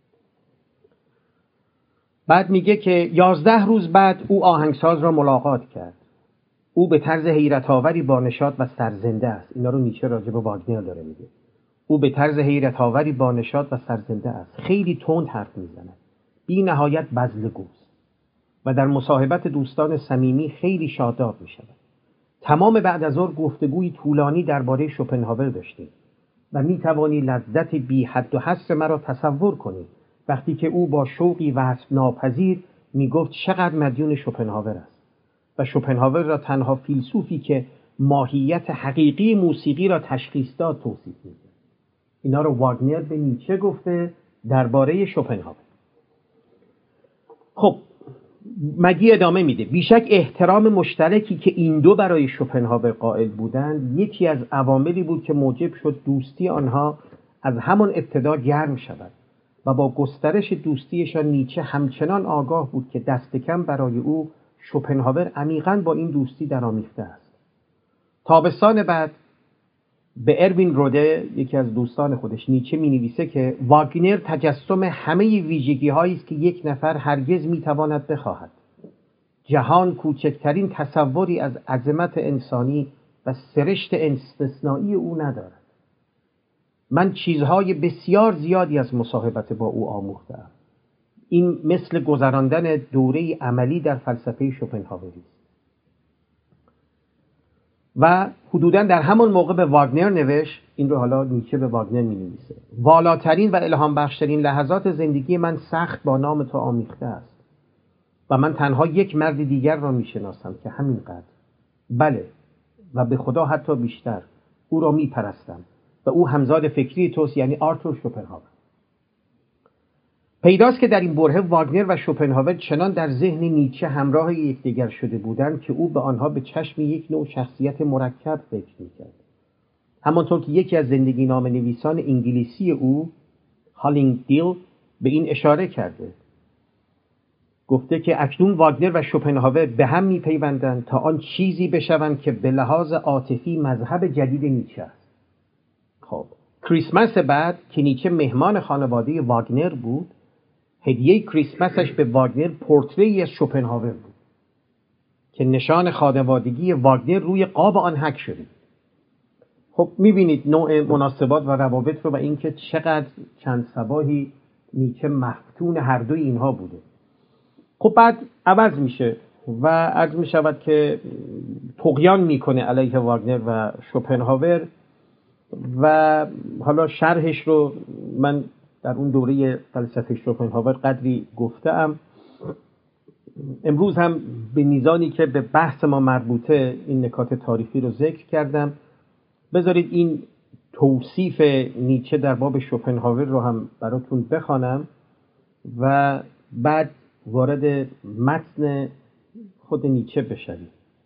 بعد میگه که یازده روز بعد او آهنگساز را ملاقات کرد. او به طرز حیرت آوری با نشاط و سرزنده است. اینا رو نیچه راجع به واگنر داره میگه. او به طرز حیرت آوری با نشاط و سرزنده است. خیلی تند حرف میزند. بی نهایت بذل‌گوست و در مصاحبت دوستان صمیمی خیلی شاداب می شود. تمام بعد از ظهر گفتگوی طولانی درباره شوپنهاور داشتیم و می توانی لذت بی حد و حصر مرا تصور کنی وقتی که او با شوقی وصف ناپذیر می گفت چقدر مدیون شوپنهاور است و شوپنهاور را تنها فیلسوفی که ماهیت حقیقی موسیقی را تشخیص داد توصیف می کرد. اینا رو واگنر به نیچه گفته درباره شوپنهاور. خب مگی ادامه میده: بیشک احترام مشترکی که این دو برای شوپنهاور قائل بودند یکی از عواملی بود که موجب شد دوستی آنها از همان ابتدا گرم شود و با گسترش دوستیشان نیچه همچنان آگاه بود که دست کم برای او شوپنهاور عمیقاً با این دوستی درآمیخته است. تابستان بعد به اروین روده، یکی از دوستان خودش، نیچه می نویسه که واگنر تجسم همه ویژگی هایی است که یک نفر هرگز می تواند بخواهد. جهان کوچکترین تصوری از عظمت انسانی و سرشت استثنایی او ندارد. من چیزهای بسیار زیادی از مصاحبت با او آموختم. این مثل گذراندن دوره عملی در فلسفه شوپنهاوری است. و حدوداً در همان موقع به واگنر نوشت، این رو حالا نیچه به واگنر می نویسه: والاترین و الهام بخشترین لحظات زندگی من سخت با نام تو آمیخته است و من تنها یک مرد دیگر را می شناسم که همینقدر، بله و به خدا حتی بیشتر، او را می پرستم و او همزاد فکری توست، یعنی آرتور شوپنهاور. پیداست که در این برهه واگنر و شوپنهاور چنان در ذهن نیچه همراه یکدیگر شده بودند که او به آنها به چشم یک نوع شخصیت مرکب فکر می‌کرد. همانطور که یکی از زندگی نامه نویسان انگلیسی او، هالینگدیل، به این اشاره کرده. گفته که اکنون واگنر و شوپنهاور به هم می‌پیوندند تا آن چیزی بشوند که به لحاظ عاطفی مذهب جدید نیچه است. خب کریسمس بعد که نیچه مهمان خانواده واگنر بود، هدیه کریسمسش به واگنر پورتری از شوپنهاور بود که نشان خانوادگی واگنر روی قاب آن حک شده. خب میبینید نوع مناسبات و روابط رو و اینکه چقدر چند صباحی نیچه مفتون هر دوی اینها بوده. خب بعد عوض میشه و عرض میشود که طغیان میکنه علیه واگنر و شوپنهاور و حالا شرحش رو من در اون دوره فلسفه شوپنهاور قدری گفتم. امروز هم به میزانی که به بحث ما مربوطه این نکات تاریخی رو ذکر کردم. بذارید این توصیف نیچه در باب شوپنهاور رو هم براتون بخوانم و بعد وارد متن خود نیچه بشویم.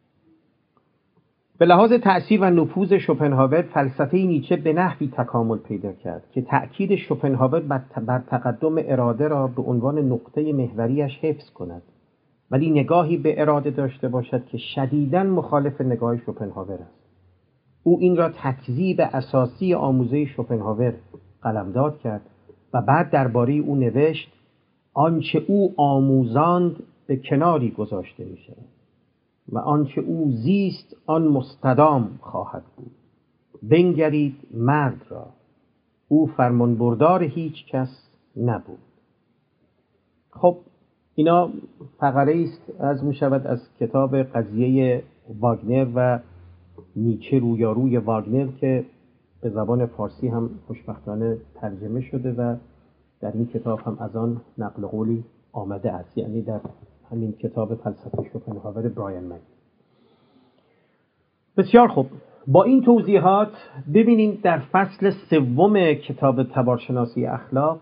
به لحاظ تأثیر و نفوذ شوپنهاور، فلسفه نیچه به نحوی تکامل پیدا کرد که تأکید شوپنهاور بر تقدم اراده را به عنوان نقطه محوریش حفظ کند، ولی نگاهی به اراده داشته باشد که شدیداً مخالف نگاه شوپنهاور است. او این را تکذیب اساسی آموزه شوپنهاور قلمداد کرد و بعد درباره او نوشت: آنچه او آموزاند به کناری گذاشته می شود و آنچه او زیست آن مستدام خواهد بود. بنگرید مرد را، او فرمانبردار هیچ کس نبود. خب اینا فقره است از می شود از کتاب قضیه واگنر و نیچه رویاروی واگنر که به زبان فارسی هم خوشبختانه ترجمه شده و در این کتاب هم از آن نقل قولی آمده است، یعنی در همین کتاب فلسفه شوپنهاور برایان مک. بسیار خوب، با این توضیحات ببینیم در فصل سوم کتاب تبارشناسی اخلاق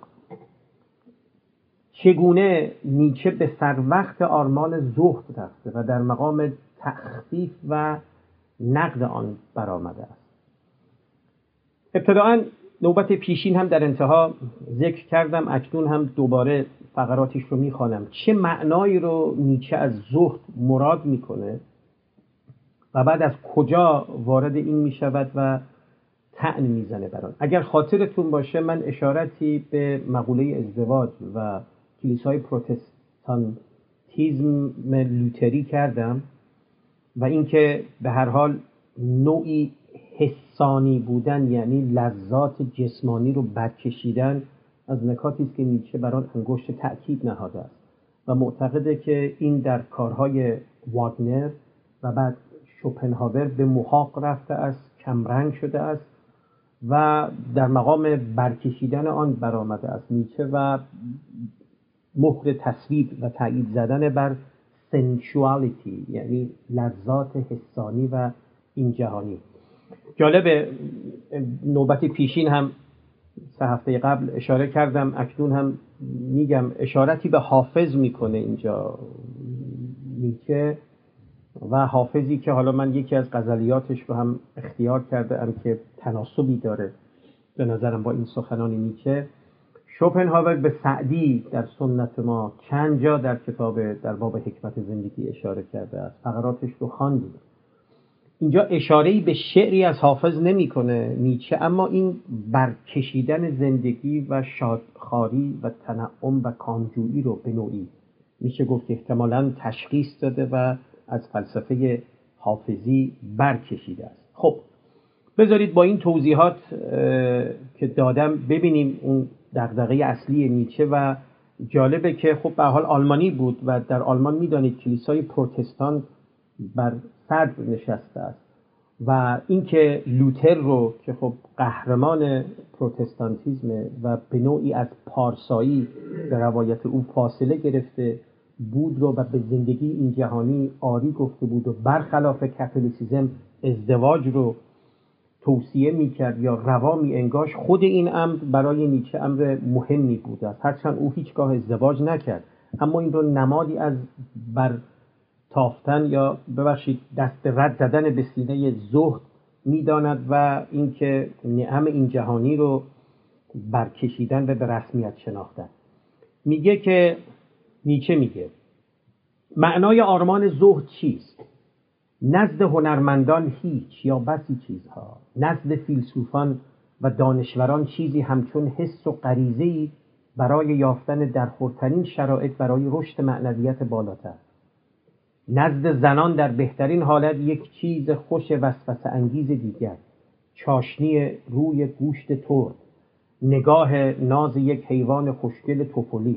چگونه نیچه به سروقت آرمان زهد رفته و در مقام تخفیف و نقد آن برآمده است. ابتداءً نوبت پیشین هم در انتها ذکر کردم، اکنون هم دوباره فقراتش رو میخوانم. چه معنایی رو نیچه از زهد مراد میکنه و بعد از کجا وارد این میشود و طعن میزنه بر آن. اگر خاطرتون باشه من اشارتی به مقوله ازدواج و کلیسای پروتستانتیزم لوتری کردم و اینکه به هر حال نوعی حسانی بودن، یعنی لذات جسمانی رو برکشیدن، از نکاتی است که نیچه بر آن انگشت تأکید نهاده است و معتقده که این در کارهای واگنر و بعد شوپنهاور به محاق رفته است، کمرنگ شده است و در مقام برکشیدن آن برآمده است نیچه و مهر تصویب و تأیید زدن بر سنشوالیتی، یعنی لذات حسانی و این جهانی. جالب، نوبت پیشین هم سه هفته قبل اشاره کردم، اکنون هم میگم، اشارتی به حافظ میکنه اینجا نیچه و حافظی که حالا من یکی از غزلیاتش رو هم اختیار کرده ام که تناسبی داره به نظرم با این سخنان نیچه. شوپنهاور به سعدی در سنت ما چند جا در کتاب در باب حکمت زندگی اشاره کرده است، فقراتش رو خواندیم. اینجا اشاره‌ای به شعری از حافظ نمی‌کنه نیچه، اما این برکشیدن زندگی و شادخواری و تنعم و کامجویی رو به نوعی میشه گفت که احتمالاً تشخیص داده و از فلسفه حافظی برکشیده است. خب بذارید با این توضیحات که دادم ببینیم اون دغدغه اصلی نیچه. و جالبه که خب به حال آلمانی بود و در آلمان میدانید کلیسای پروتستان بر صدر نشسته است و اینکه لوتر رو که خب قهرمان پروتستانتیزم و به نوعی از پارسایی در روایت او فاصله گرفته بود رو و به زندگی این جهانی آری گفته بود و برخلاف کاتولیسیسم ازدواج رو توصیه میکرد یا روا می انگاش، خود این امر برای نیچه امر مهمی بود است. هرچند او هیچگاه ازدواج نکرد، اما این رو نمادی از بر تافتن یا ببخشید دست رد زدن به سینه زهد میداند و اینکه نعم این جهانی رو برکشیدن و به رسمیت شناختن. میگه که نیچه میگه معنای آرمان زهد چیست؟ نزد هنرمندان هیچ یا بسی چیزها، نزد فیلسوفان و دانشوران چیزی همچون حس و غریزه‌ای برای یافتن درخورترین شرایط برای رشد معنویت بالاتر. نزد زنان در بهترین حالت یک چیز خوش وسوسه انگیز دیگر، چاشنی روی گوشت ترد، نگاه ناز یک حیوان خوشگل توپلی.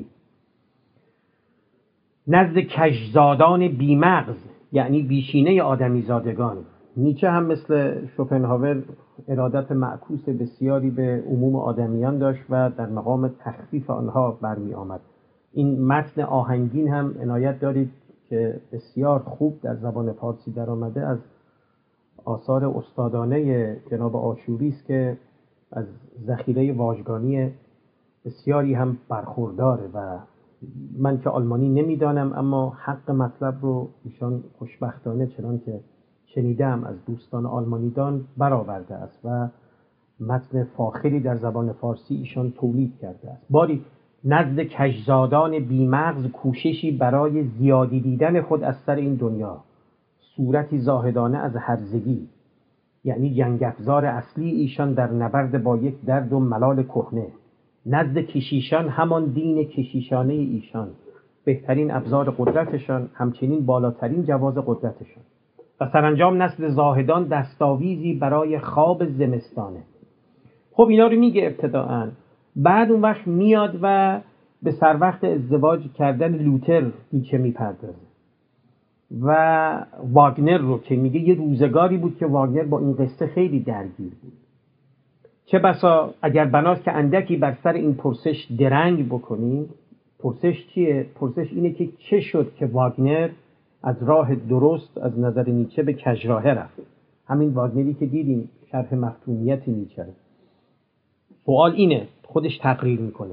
نزد کژزادان بیمغز یعنی بیشینه آدمی زادگان. نیچه هم مثل شوپنهاور ارادت معکوس بسیاری به عموم آدمیان داشت و در مقام تخفیف آنها برمی آمد. این متن آهنگین هم عنایت دارید که بسیار خوب در زبان فارسی در آمده، از آثار استادانه جناب آشوری است که از ذخیره واژگانی بسیاری هم برخورداره و من که آلمانی نمیدانم اما حق مطلب رو ایشان خوشبختانه چنان که شنیدم از دوستان آلمانیدان برآورده است و متن فاخری در زبان فارسی ایشان تولید کرده است. باری نزد کژزادان بیمغز کوششی برای زیادی دیدن خود از سر این دنیا، صورتی زاهدانه از هرزگی، یعنی جنگ افزار اصلی ایشان در نبرد با یک درد و ملال کهنه. نزد کشیشان همان دین کشیشانه ایشان، بهترین ابزار قدرتشان، همچنین بالاترین جواز قدرتشان. و سرانجام نزد زاهدان دستاویزی برای خواب زمستانه. خب اینا رو میگه ابتداعاً، بعد اون وقت میاد و به سر وقت ازدواج کردن لوتر نیچه میپردازه و واگنر رو که میگه یه روزگاری بود که واگنر با این قصه خیلی درگیر بود. چه بسا اگر بناست که اندکی بر سر این پرسش درنگ بکنیم. پرسش چیه؟ پرسش اینه که چه شد که واگنر از راه درست از نظر نیچه به کژراهه رفت. همین واگنری که دیدیم شرح مفتونیت نیچه. سوال اینه، خودش تقریر میکنه،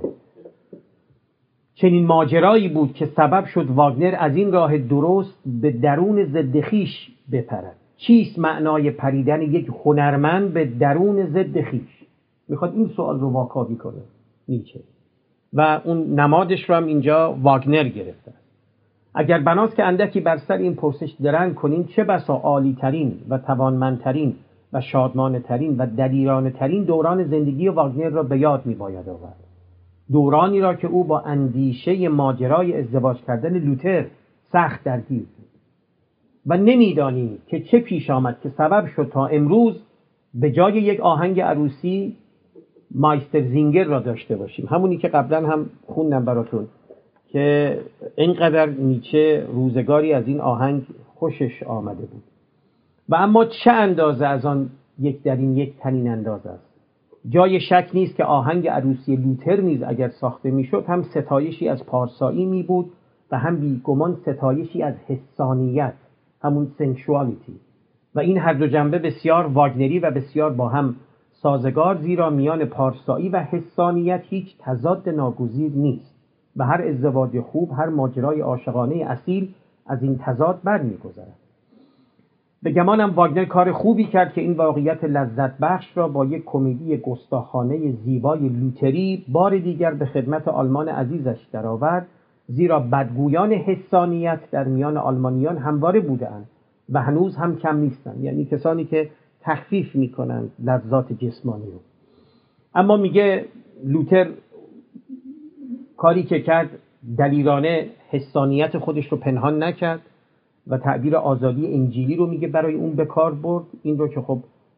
چنین ماجرایی بود که سبب شد واگنر از این راه درست به درون ضد خویش بپرد. چیست معنای پریدن یک هنرمند به درون ضد خویش؟ میخواد این سوال رو واکاوی کنه نیچه و اون نمادش رو هم اینجا واگنر گرفته. اگر بناست که اندکی بر سر این پرسش درنگ کنیم، چه بسا عالی ترین و توانمندترین و شادمانه ترین و دلیرانه ترین دوران زندگی واگنر را به یاد می باید آورد. دورانی را که او با اندیشه ماجرای ازدواج کردن لوتر سخت درگیر بود و نمیدانیم که چه پیش آمد که سبب شد تا امروز به جای یک آهنگ عروسی مایستر زینگر را داشته باشیم، همونی که قبلا هم خوندم براتون که اینقدر نیچه روزگاری از این آهنگ خوشش آمده بود. و اما چه اندازه از آن یک در این یک تنین اندازه است. جای شک نیست که آهنگ عروسی لوتر نیز اگر ساخته میشد هم ستایشی از پارسایی می بود و هم بیگمان ستایشی از حسانیت، همون سنشوالیتی، و این هر دو جنبه بسیار واگنری و بسیار با هم سازگار، زیرا میان پارسایی و حسانیت هیچ تضاد ناگزیر نیست و هر ازدواج خوب، هر ماجرای عاشقانه اصیل از این تضاد برمی‌گذرد. به گمانم واگنر کار خوبی کرد که این واقعیت لذت بخش را با یک کمدی گستاخانه زیبای لوتری بار دیگر به خدمت آلمان عزیزش درآورد، زیرا بدگویان حسانیت در میان آلمانیان همواره بودند و هنوز هم کم نیستند، یعنی کسانی که تخفیف میکنند لذات جسمانی رو. اما میگه لوتر کاری که کرد دلیرانه حسانیت خودش رو پنهان نکرد و تعبیر آزادی انجیلی رو میگه برای اون به کار برد. این رو که خب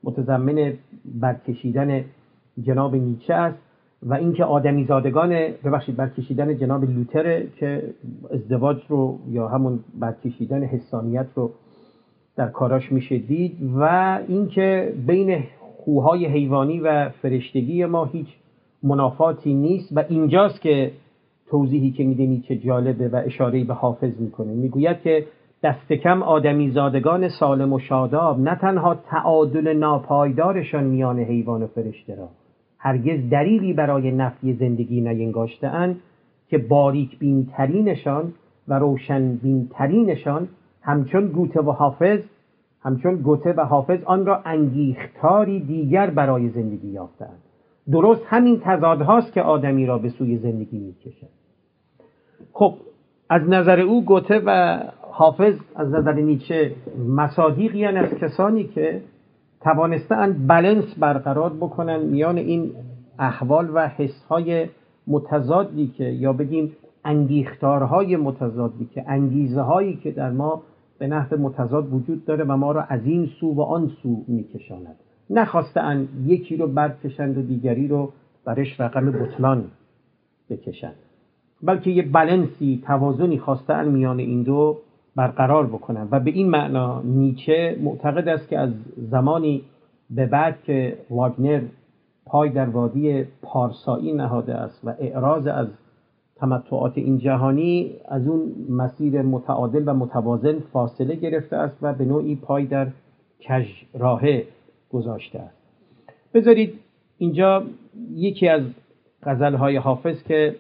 متضمن برکشیدن جناب نیچه است و اینکه آدمیزادگان ببخشید برکشیدن جناب لوتر که ازدواج رو یا همون برکشیدن حسانیت رو در کاراش میشه دید و اینکه بین خوهای حیوانی و فرشتگی ما هیچ منافاتی نیست و اینجاست که توضیحی که میده نیچه جالبه و اشاره‌ای به حافظ میکنه. میگوید که دست کم آدمیزادگان سالم و شاداب نه تنها تعادل ناپایدارشان میان حیوان و فرشته را هرگز دلیلی برای نفی زندگی نینگاشته‌اند که باریک بین ترینشان و روشن بین ترینشان همچون گوته و حافظ همچون گوته و حافظ آن را انگیختاری دیگر برای زندگی یافتند. درست همین تضادهاست که آدمی را به سوی زندگی میکشد. خب از نظر او گوته و حافظ از نظر نیچه مصادیقی هستند از کسانی که توانستند بالانس برقرار بکنن میان این احوال و حسهای متضادی که یا بگیم انگیختارهای متضادی که انگیزه هایی که در ما به نحو متضاد وجود داره و ما را از این سو و آن سو میکشاند. نخواستند یکی رو برکشند و دیگری رو برش رقم بطلان بکشند، بلکه یه بالانسی توازنی خواستند میان این دو برقرار بکنند و به این معنا نیچه معتقد است که از زمانی به بعد که واگنر پای در وادی پارسایی نهاده است و اعراض از تمتعات این جهانی از اون مسیر متعادل و متوازن فاصله گرفته است و به نوعی پای در کج راهه گذاشته است. بذارید اینجا یکی از غزلهای حافظ که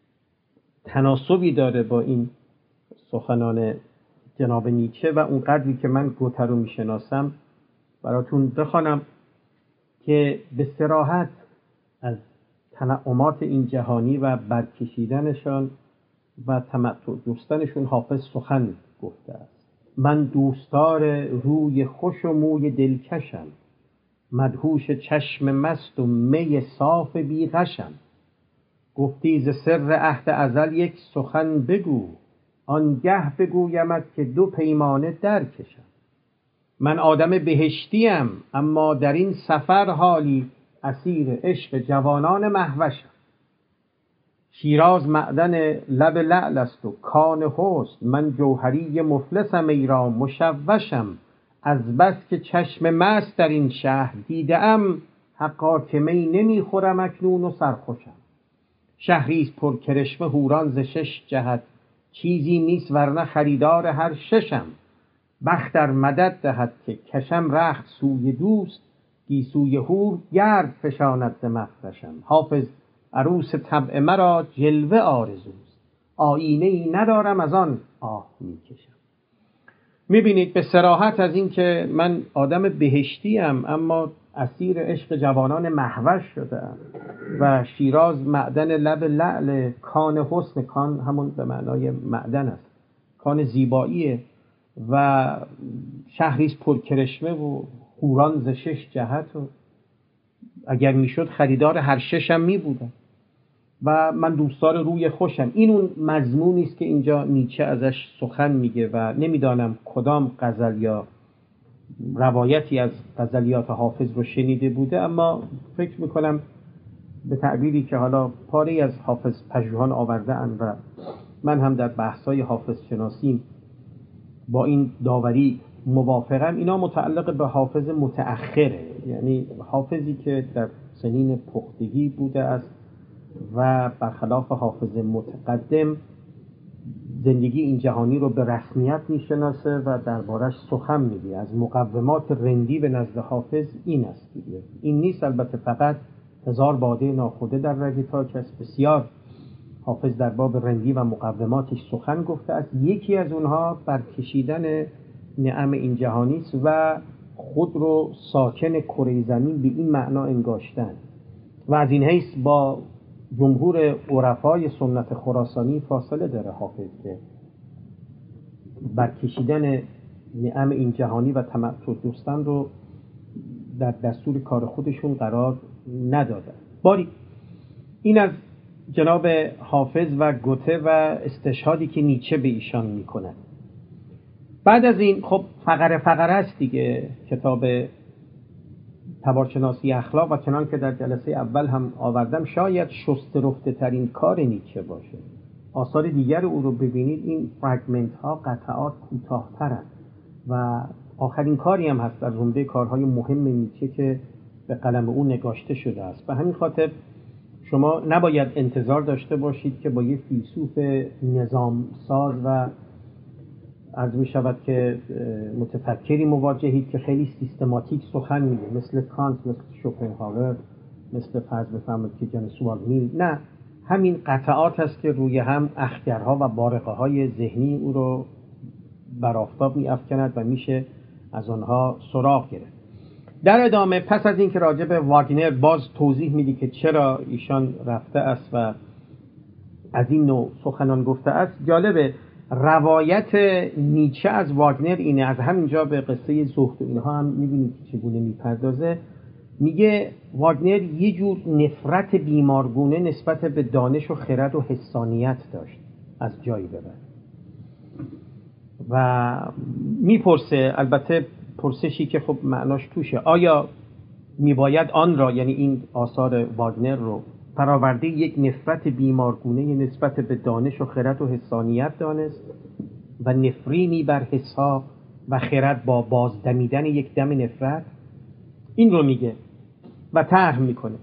تناسبی داره با این سخنان جناب نیچه و اون قدری که من گوته رو میشناسم براتون بخوانم که به صراحت از تنعمات این جهانی و برکشیدنشان و تمتع جستنشون حافظ سخن گفته است. من دوستار روی خوش و موی دلکشم، مدهوش چشم مست و می صاف بی غشم. گفتی ز سر عهد ازل یک سخن بگو، آنگه بگویمت که دو پیمانه درکشم. من آدم بهشتیم اما در این سفر حالی اسیر عشق جوانان مهوشم. شیراز معدن لب لعل است و کان حسن، من جوهری مفلسم ای را مشوشم. از بس که چشم مست در این شهر دیدم، حقا که می نمیخورم اکنون و سرخوشم. شهریست پر کرشمه حوران ز شش جهت، چیزی نیست ورنه خریدار هر ششم. بخت در مدد دهد که کشم رخت سوی دوست، گیسوی حور گرد فشاند ز مفرشم. حافظ عروس طبع مرا جلوه آرزوست، آیینه ای ندارم از آن آه میکشم. میبینید به صراحت از این که من آدم بهشتیم اما اسیر عشق جوانان مهوش شدم و شیراز معدن لب لعل، کان حسن، کان همون به معنای معدن است، کان زیباییه و شهریست پر کرشمه و حوران ز شش جهت و اگر میشد خریدار هر ششم میبودم و من دوستار روی خوشم. این اون مضمونی است که اینجا نیچه ازش سخن میگه و نمیدانم کدام غزل یا روایتی از غزلیات حافظ رو شنیده بوده، اما فکر میکنم به تعبیری که حالا پاره از حافظ پژوهان آورده اند و من هم در بحث‌های حافظ شناسیم با این داوری موافقم، اینا متعلق به حافظ متأخره، یعنی حافظی که در سنین پختگی بوده است و برخلاف حافظ متقدم زندگی این جهانی رو به رسمیت میشناسه و دربارش سخن میگه. از مقومات رندی به نزد حافظ این است دیگه. این نیست البته فقط هزار باده ناخوده در رگ تاک است، بسیار حافظ در باب رندی و مقوماتش سخن گفته است. یکی از اونها برکشیدن نعم این جهانی است و خود رو ساکن کره زمین به این معنا انگاشتن و از این حیث با جمهور عرفای سنت خراسانی فاصله داره حافظ که برکشیدن نعم این جهانی و تمتع جستن رو در دستور کار خودشون قرار نداده. باری این از جناب حافظ و گوته و استشهادی که نیچه به ایشان میکنه. بعد از این خب فقره فقره است دیگه کتاب تبارشناسی اخلاق و چنان که در جلسه اول هم آوردم شاید شسته رفته ترین کار نیچه باشه. آثار دیگر او رو ببینید، این فرگمنت ها، قطعات کوتاه‌ترند و آخرین کاری هم هست در زمره کارهای مهم نیچه که به قلم او نگاشته شده است. به همین خاطر شما نباید انتظار داشته باشید که با یک فیلسوف نظام ساز و عرض می شود که متفکری مواجهید که خیلی سیستماتیک سخن میگه، مثل کانت، مثل شوپنهاور، مثل فرض بفرمایید که جان استوارت میل. نه، همین قطعات است که روی هم اخگرها و بارقه های ذهنی او رو بر آفتاب می افکند و میشه از آنها سراغ گرفت. در ادامه پس از اینکه راجع به واگنر باز توضیح میدی که چرا ایشان رفته است و از این نوع سخنان گفته است، جالبه روایت نیچه از واگنر اینه. از همینجا به قصه زهد و اینها هم میبینید که چگونه میپردازه. میگه واگنر یه جور نفرت بیمارگونه نسبت به دانش و خرد و حسانیت داشت از جایی به بعد و میپرسه، البته پرسشی که خب معناش توشه، آیا میباید آن را، یعنی این آثار واگنر رو، فراورده یک نفرت بیمارگونه نسبت به دانش و خرد و حسانیت دانست و نفرینی بر حسها و خرد با بازدمیدن یک دم نفرت؟ این رو میگه و طرح میکنه.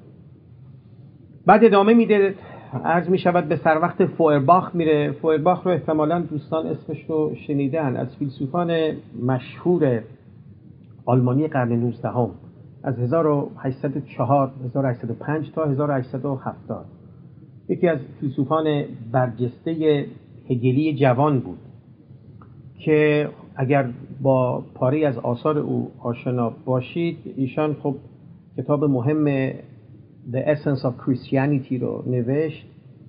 بعد ادامه میده، عرض میشود به سر وقت فوئرباخ میره. فوئرباخ رو احتمالاً دوستان اسمش رو شنیدن، از فیلسوفان مشهور آلمانی قرن نوزدهم، از هزار و هشتصد و چهار هزار و هشتصد و پنج تا هزار و هشتصد و هفتاد. یکی از فیلسوفان برجسته هگلی جوان بود که اگر با پاره از آثار او آشنا باشید، ایشان خب کتاب مهم The Essence of Christianity رو نوشت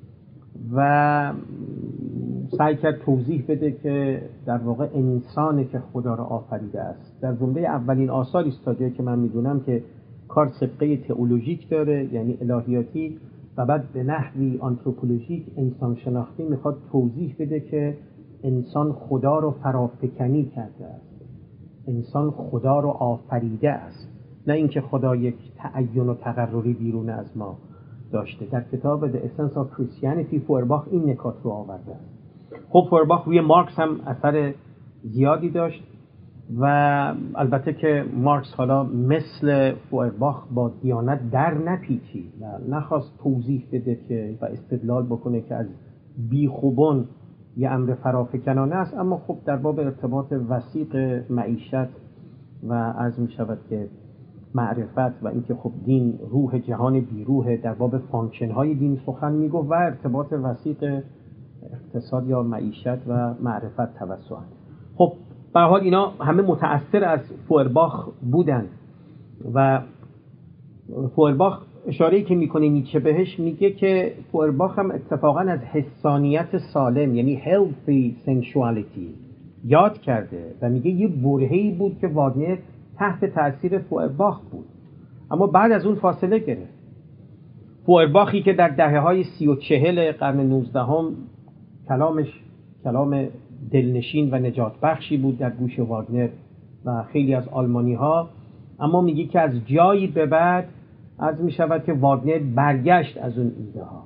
و سعی کرد توضیح بده که در واقع انسانه که خدا را آفریده است. در جمله اولین آثاری است تا جایی که من میدونم که کار سبقه تئولوژیک داره، یعنی الهیاتی، و بعد به نحوی آنتروپولوژیک، انسان شناختی، میخواد توضیح بده که انسان خدا رو فرافکنی کرده است، انسان خدا رو آفریده است، نه اینکه خدا یک تعین و تقرری بیرون از ما داشته. در کتاب The Essence of Christianity فوئرباخ این نکات رو آورده است. خب فوئرباخ روی مارکس هم اثر زیادی داشت و البته که مارکس حالا مثل فوئرباخ با دیانت در نپیچید و نخواست توضیح بده که و استدلال بکنه که از بیخوبان یه امر فرافکنانه است، اما خب در باب ارتباط وثیق معیشت و عرض می شود که معرفت و اینکه خب دین روح جهان بیروح، در باب فانکشن های دین سخن میگفت و ارتباط وثیق اقتصاد یا معیشت و معرفت توسط. خب به هر حال اینا همه متأثر از فوئرباخ بودن و فوئرباخ اشاره‌ای که میکنه نیچه بهش، میگه که فوئرباخ هم اتفاقا از حسانیت سالم، یعنی healthy sensuality یاد کرده و میگه یه برهه‌ای بود که واگنر تحت تأثیر فوئرباخ بود، اما بعد از اون فاصله گرفت. فوئرباخی که در دهه‌های سی و چهل قرن نوزدهم کلامش کلام دلنشین و نجات بخشی بود در گوش واگنر و خیلی از آلمانی ها، اما میگه که از جایی به بعد عرض می شود که واگنر برگشت از اون ایده ها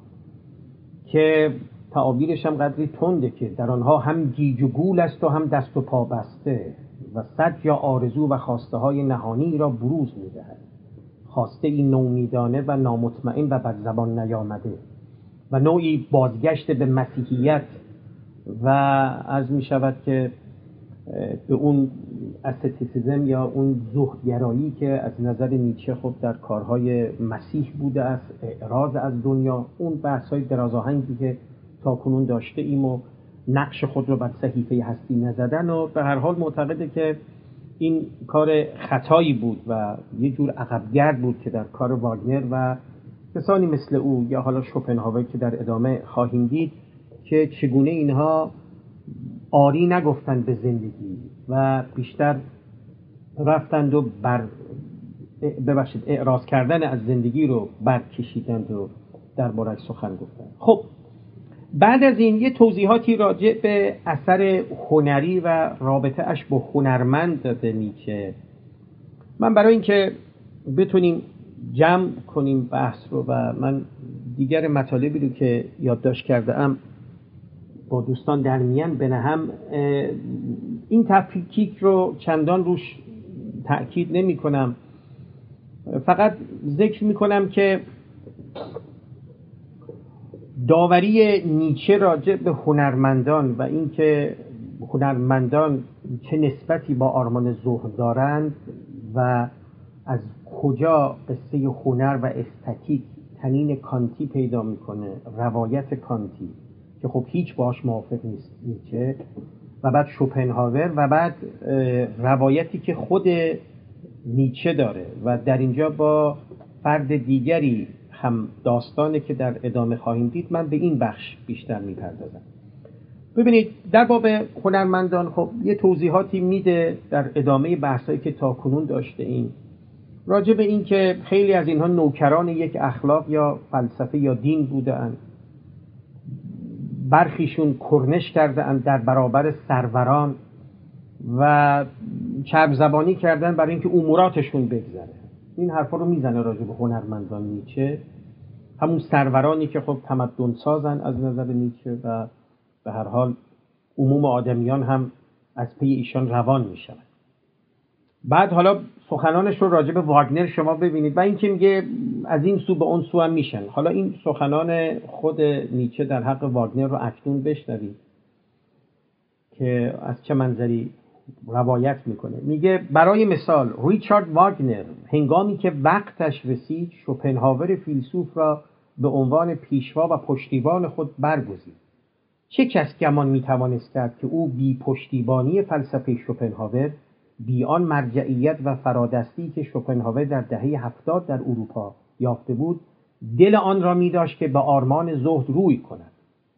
که تعابیرش هم قدری تنده که در آنها هم گیج و گول است و هم دست و پا بسته و صد یا آرزو و خواسته های نهانی را بروز می دهد، خواسته این نومیدانه و نامطمئن و بر زبان نیامده و نوعی بازگشت به مسیحیت و عرض می شود که به اون استتیسیزم یا اون زهدگرایی که از نظر نیچه خب در کارهای مسیح بوده است، اعراض از دنیا، اون بحث‌های درازاهنگی که تاکنون داشته ایم و نقش خود رو بر صحیفه هستی نزدن و به هر حال معتقده که این کار خطایی بود و یه جور عقبگرد بود که در کار واگنر و کسانی مثل او یا حالا شوپنهاور که در ادامه خواهیم دید که چگونه اینها آری نگفتند به زندگی و بیشتر رفتند و بر ببخشید اعراض کردن از زندگی رو برکشیدند و درباره‌اش سخن گفتند. خب بعد از این یه توضیحاتی راجع به اثر هنری و رابطه اش با هنرمند داده نیچه. من برای اینکه بتونیم جمع کنیم بحث رو و من دیگر مطالبی رو که یادداشت کرده ام با دوستان در میان بنهم، این تفکیک رو چندان روش تأکید نمی کنم، فقط ذکر می کنم که داوری نیچه راجع به هنرمندان و اینکه هنرمندان چه نسبتی با آرمان زهد دارند و از کجا قصه هنر و استتیک تنین کانتی پیدا میکنه، روایت کانتی که خب هیچ باش موافق نیست نیچه، و بعد شوپنهاور و بعد روایتی که خود نیچه داره و در اینجا با فرد دیگری هم داستانه که در ادامه خواهیم دید. من به این بخش بیشتر میپردازم. ببینید در باب هنرمندان خب یه توضیحاتی میده در ادامه بحثایی که تا کنون داشته ایم راجع به این که خیلی از اینها نوکران یک اخلاق یا فلسفه یا دین بودند، برخیشون کرنش کردند در برابر سروران و چرب زبانی کردن برای اینکه اموراتشون بگذره. این حرفا رو میزنه راجع به هنرمندان نیچه، همون سرورانی که خب تمدن سازن از نظر نیچه و به هر حال عموم آدمیان هم از پی ایشان روان میشن. بعد حالا سخنانش رو راجع به واگنر شما ببینید و این که میگه از این سو به اون سو هم میشن. حالا این سخنان خود نیچه در حق واگنر رو اکنون بشنوید که از چه منظری روایت میکنه. میگه برای مثال ریچارد واگنر هنگامی که وقتش رسید شوپنهاور فیلسوف را به عنوان پیشوا و پشتیبان خود برگزید. چه کس گمان میتوانست کرد که او بی پشتیبانی فلسفه شوپنهاور، بی آن مرجعیت و فرادستی که شوپنهاور در دهه هفتاد در اروپا یافته بود، دل آن را می داشت که به آرمان زهد روی کند.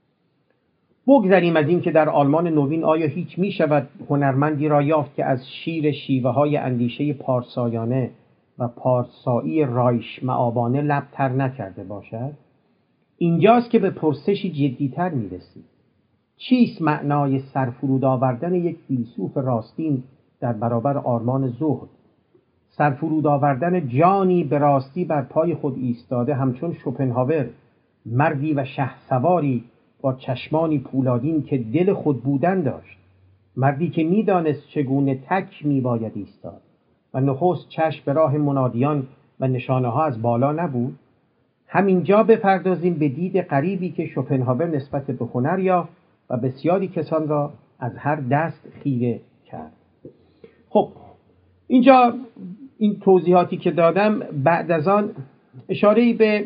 بگذریم از این که در آلمان نوین آیا هیچ می شود هنرمندی را یافت که از شیر شیوه های اندیشه پارسایانه و پارسایی رایش معابانه لب تر نکرده باشد؟ اینجاست که به پرسشی جدیتر می رسید. چیست معنای سرفرود آوردن یک فیلسوف راستین در برابر آرمان زهد؟ سرفرود آوردن جانی به راستی بر پای خود ایستاده همچون شوپنهاور، مردی و شهسواری با چشمانی پولادین که دل خود بودن داشت، مردی که میدانست چگونه تک میباید ایستاد و نخست چشم به راه منادیان و نشانه ها از بالا نبود. همینجا بپردازیم به دید غریبی که شوپنهاور نسبت به هنر یافت و بسیاری کسان را از هر دست خیره کرد. خب اینجا این توضیحاتی که دادم بعد از آن اشاره‌ای به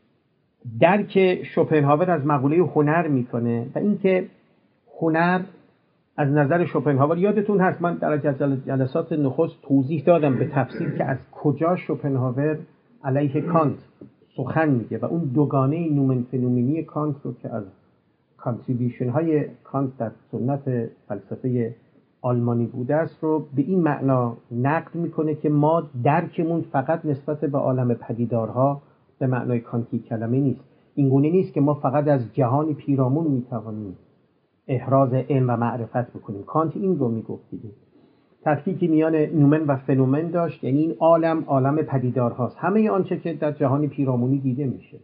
درک شوپنهاور از مقوله هنر میکنه و اینکه هنر از نظر شوپنهاور، یادتون هست من در جلسات نخست توضیح دادم به تفصیل که از کجا شوپنهاور علیه کانت سخن میگه و اون دوگانه نومن فنومنی کانت رو که از کانتریبیوشن های کانت در سنت فلسفه آلمانی بوده است رو به این معنا نقد میکنه که ما درکمون فقط نسبت به عالم پدیدارها به معنای کانتی کلمه نیست. این گونه نیست که ما فقط از جهان پیرامون میتوانیم احراز علم و معرفت بکنیم. کانت این رو میگفت دیگه، تفکیکی میان نومن و فنومن داشت، یعنی این عالم عالم پدیدارهاست، همه آنچه که در جهان پیرامونی دیده میشه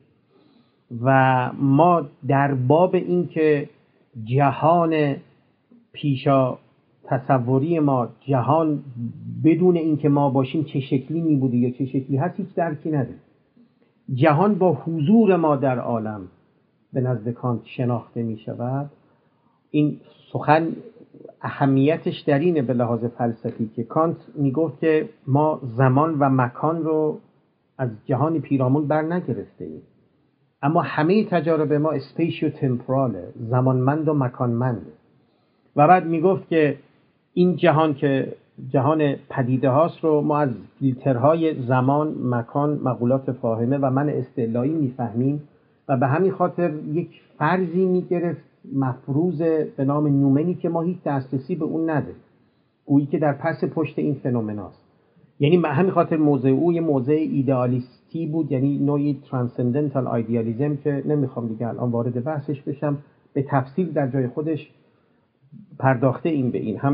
و ما در باب این که جهان پیشا تصوری ما، جهان بدون اینکه ما باشیم چه شکلی می بوده یا چه شکلی هست هیچ درکی نداره. جهان با حضور ما در عالم به نزد کانت شناخته می شود. این سخن اهمیتش در اینه به لحاظ فلسفی که کانت می گفت که ما زمان و مکان رو از جهان پیرامون بر نگرفته ایم، اما همه تجارب ما اسپیشیو تمپوراله، زمانمند و مکانمند. و بعد می گفت که این جهان که جهان پدیده هاست رو ما از فیلترهای زمان، مکان، مقولات فاهمه و من استعلایی میفهمیم و به همین خاطر یک فرضی میگرفت مفروض به نام نومنی که ما هیچ دسترسی به اون نداریم، گویی که در پس پشت این فنومناست. یعنی به همین خاطر موضع او یه موضع ایدئالیستی بود، یعنی نوعی ترانسندنتال ایدئالیسم که نمیخوام دیگه الان وارد بحثش بشم، به تفصیل در جای خودش پرداخته این به این، هم در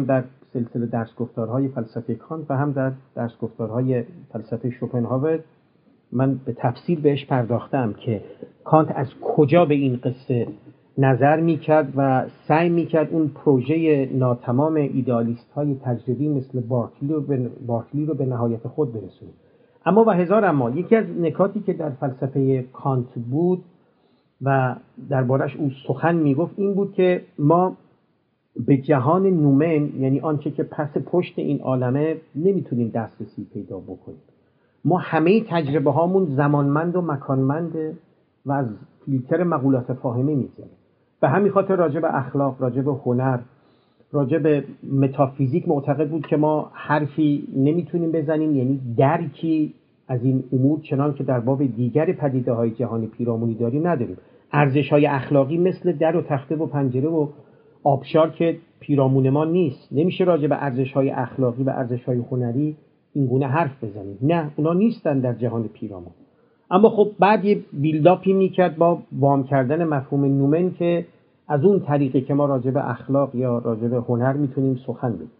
سلسله درس گفتارهای فلسفه کانت و هم در درس گفتارهای فلسفه شوپنهاور من به تفصیل بهش پرداختم که کانت از کجا به این قصه نظر میکرد و سعی میکرد اون پروژه ناتمام ایدئالیست های تجربی مثل بارکلی رو به, بارکلی رو به نهایت خود برسونه. اما و هزار اما یکی از نکاتی که در فلسفه کانت بود و دربارش او سخن میگفت این بود که ما به جهان نومن، یعنی آنچه که پس پشت این عالمه، نمیتونیم دسترسی پیدا بکنیم. ما همه تجربه هامون زمانمند و مکانمنده و از فیلتر مقولات فاهمه میگذره. به همین خاطر راجع به اخلاق، راجع به هنر، راجع به متافیزیک معتقد بود که ما حرفی نمیتونیم بزنیم، یعنی درکی از این امور چنان که در باب دیگر پدیده های جهان پیرامونی داریم نداریم. ارزش های اخلاقی مثل در و تخته و پنجره و آبشار که پیرامون ما نیست. نمیشه راجع به ارزش های اخلاقی و ارزش های هنری این گونه حرف بزنیم. نه، اونا نیستن در جهان پیرامون. اما خب بعد یه بیلداپی میکرد با وام کردن مفهوم نومن که از اون طریقی که ما راجع به اخلاق یا راجع به هنر میتونیم سخن بگیم.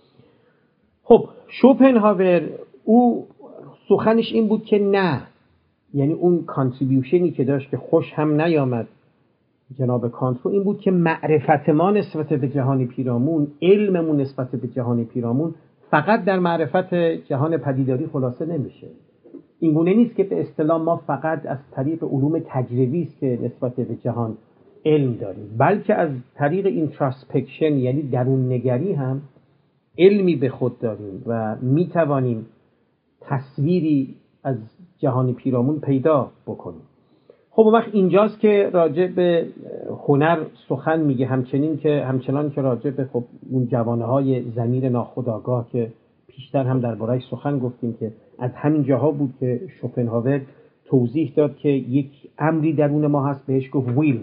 خب شوپنهاور او سخنش این بود که نه، یعنی اون کانتریبیوشنی که داشت که خوش هم نیامد جناب کانت رو، این بود که معرفت ما نسبت به جهان پیرامون، علممون نسبت به جهان پیرامون فقط در معرفت جهان پدیداری خلاصه نمیشه. این گونه نیست که به اصطلاح ما فقط از طریق علوم تجربی است که نسبت به جهان علم داریم، بلکه از طریق اینتراسپکشن یعنی درون نگری هم علمی به خود داریم و میتوانیم تصویری از جهان پیرامون پیدا بکنیم. خب اون وقت اینجاست که راجع به هنر سخن میگه، همچنین که همچنان که راجع به خب اون جوانه های ضمیر ناخودآگاه که پیشتر هم درباره‌اش سخن گفتیم که از همین جاها بود که شوپنهاور توضیح داد که یک امری درون ما هست بهش گفت ویل،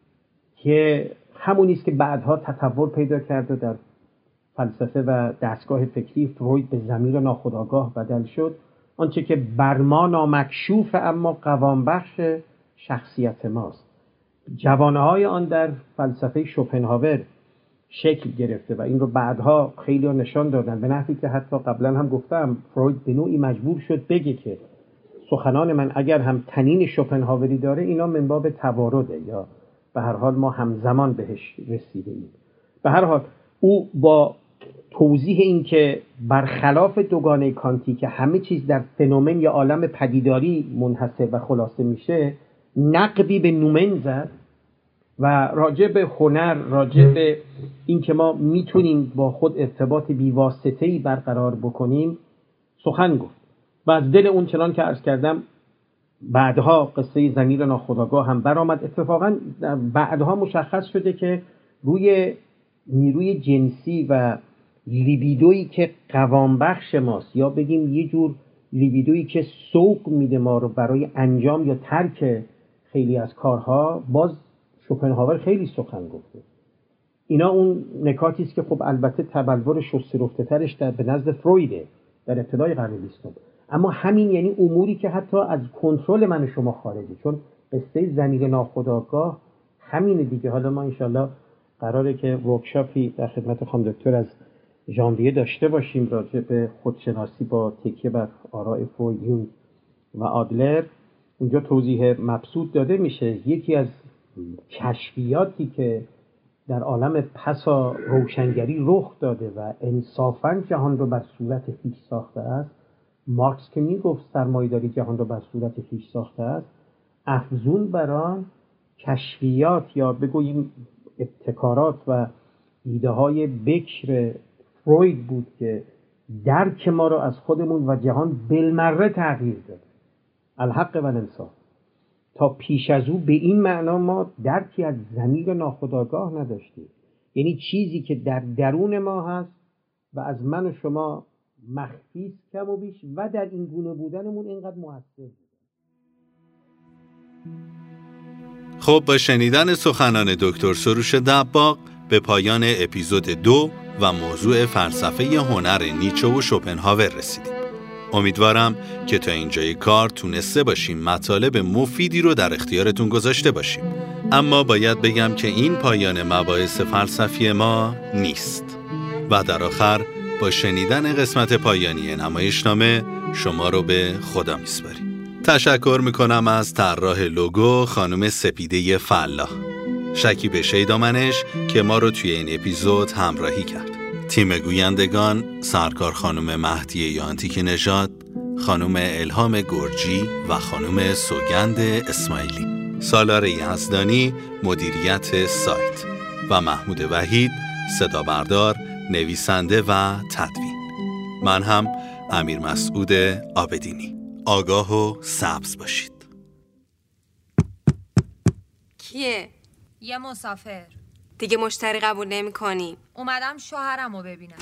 که همونی است که بعدها تطور پیدا کرد و در فلسفه و دستگاه فکری فروید به ضمیر ناخودآگاه بدل شد، آنچه که بر ما نامکشوف اما قوام بخش شخصیت ماست. جوانه های آن در فلسفه شوپنهاور شکل گرفته و این رو بعدها خیلی ها نشان دادن، به نحوی که حتی قبلا هم گفتم فروید به نوعی مجبور شد بگه که سخنان من اگر هم تنین شوپنهاوری داره اینا من باب توارده یا به هر حال ما همزمان بهش رسیده ایم. به هر حال او با توضیح این که برخلاف دوگانه کانتی که همه چیز در فنومن یا عالم پدیداری منحصر و خلاصه میشه، نقبی به نومن زد و راجع به هنر، راجع به این که ما میتونیم با خود ارتباط بیواسطه‌ای برقرار بکنیم سخن گفت. و از دل اون چنان که عرض کردم بعدها قصه ضمیر ناخودآگاه هم برآمد. اتفاقا بعدها مشخص شده که روی نیروی جنسی و لیبیدویی که قوام بخش ماست، یا بگیم یه جور لیبیدویی که سوق میده ما رو برای انجام یا ترک خیلی از کارها، باز شوپنهاور خیلی سخن گفته. اینا اون نکاتی است که خب البته تبلور شسته رفته ترش در به نزد فرویده در ابتدای قرن بیستم، اما همین یعنی اموری که حتی از کنترل من و شما خارجه، چون قصه ضمیر ناخودآگاه همینه دیگه. حالا ما انشالله قراره که ورکشاپی در خدمت خانم دکتر از ژانویه داشته باشیم راجع به خودشناسی با تکیه بر آراء فروید، یونگ و آدلر. اونجا توضیح مبسوط داده میشه. یکی از کشفیاتی که در عالم پسا روشنگری رخ داده و انصافاً جهان رو بر صورت خویش ساخته است، مارکس که میگفت سرمایه‌داری جهان رو بر صورت خویش ساخته است، افزون بر آن کشفیات یا بگوییم ابتکارات و ایده های بکر فروید بود که درک ما رو از خودمون و جهان بالمره تغییر داد. الحق و الانصاف. تا پیش از او به این معنا ما درکی از ضمیر ناخودآگاه نداشتیم، یعنی چیزی که در درون ما هست و از من و شما مخفی است کم و بیش، و در این گونه بودنمون اینقدر موثر بود. خب با شنیدن سخنان دکتر سروش دباغ به پایان اپیزود دو و موضوع فلسفه هنر نیچه و شوپنهاور رسیدیم. امیدوارم که تا اینجای کار تونسته باشیم مطالب مفیدی رو در اختیارتون گذاشته باشیم. اما باید بگم که این پایان مباحث فلسفی ما نیست. و در آخر با شنیدن قسمت پایانی نمایشنامه شما رو به خدا میسپاریم. تشکر میکنم از طراح لوگو خانم سپیده فلاح، شکیب شیدامنش که ما رو توی این اپیزود همراهی کرد، تیم گویندگان سرکار خانم مهدیه یانتیک نژاد، خانم الهام گرجی و خانم سوگند اسماعیلی، سالار یزدانی مدیریت سایت و محمود وحید صدا بردار، نویسنده و تدوین. من هم امیر مسعود عابدینی. آگاه و سبز باشید. کیه؟ یه مسافر. دیگه مشتری قبول نمی کنیم. اومدم شوهرم رو ببینم.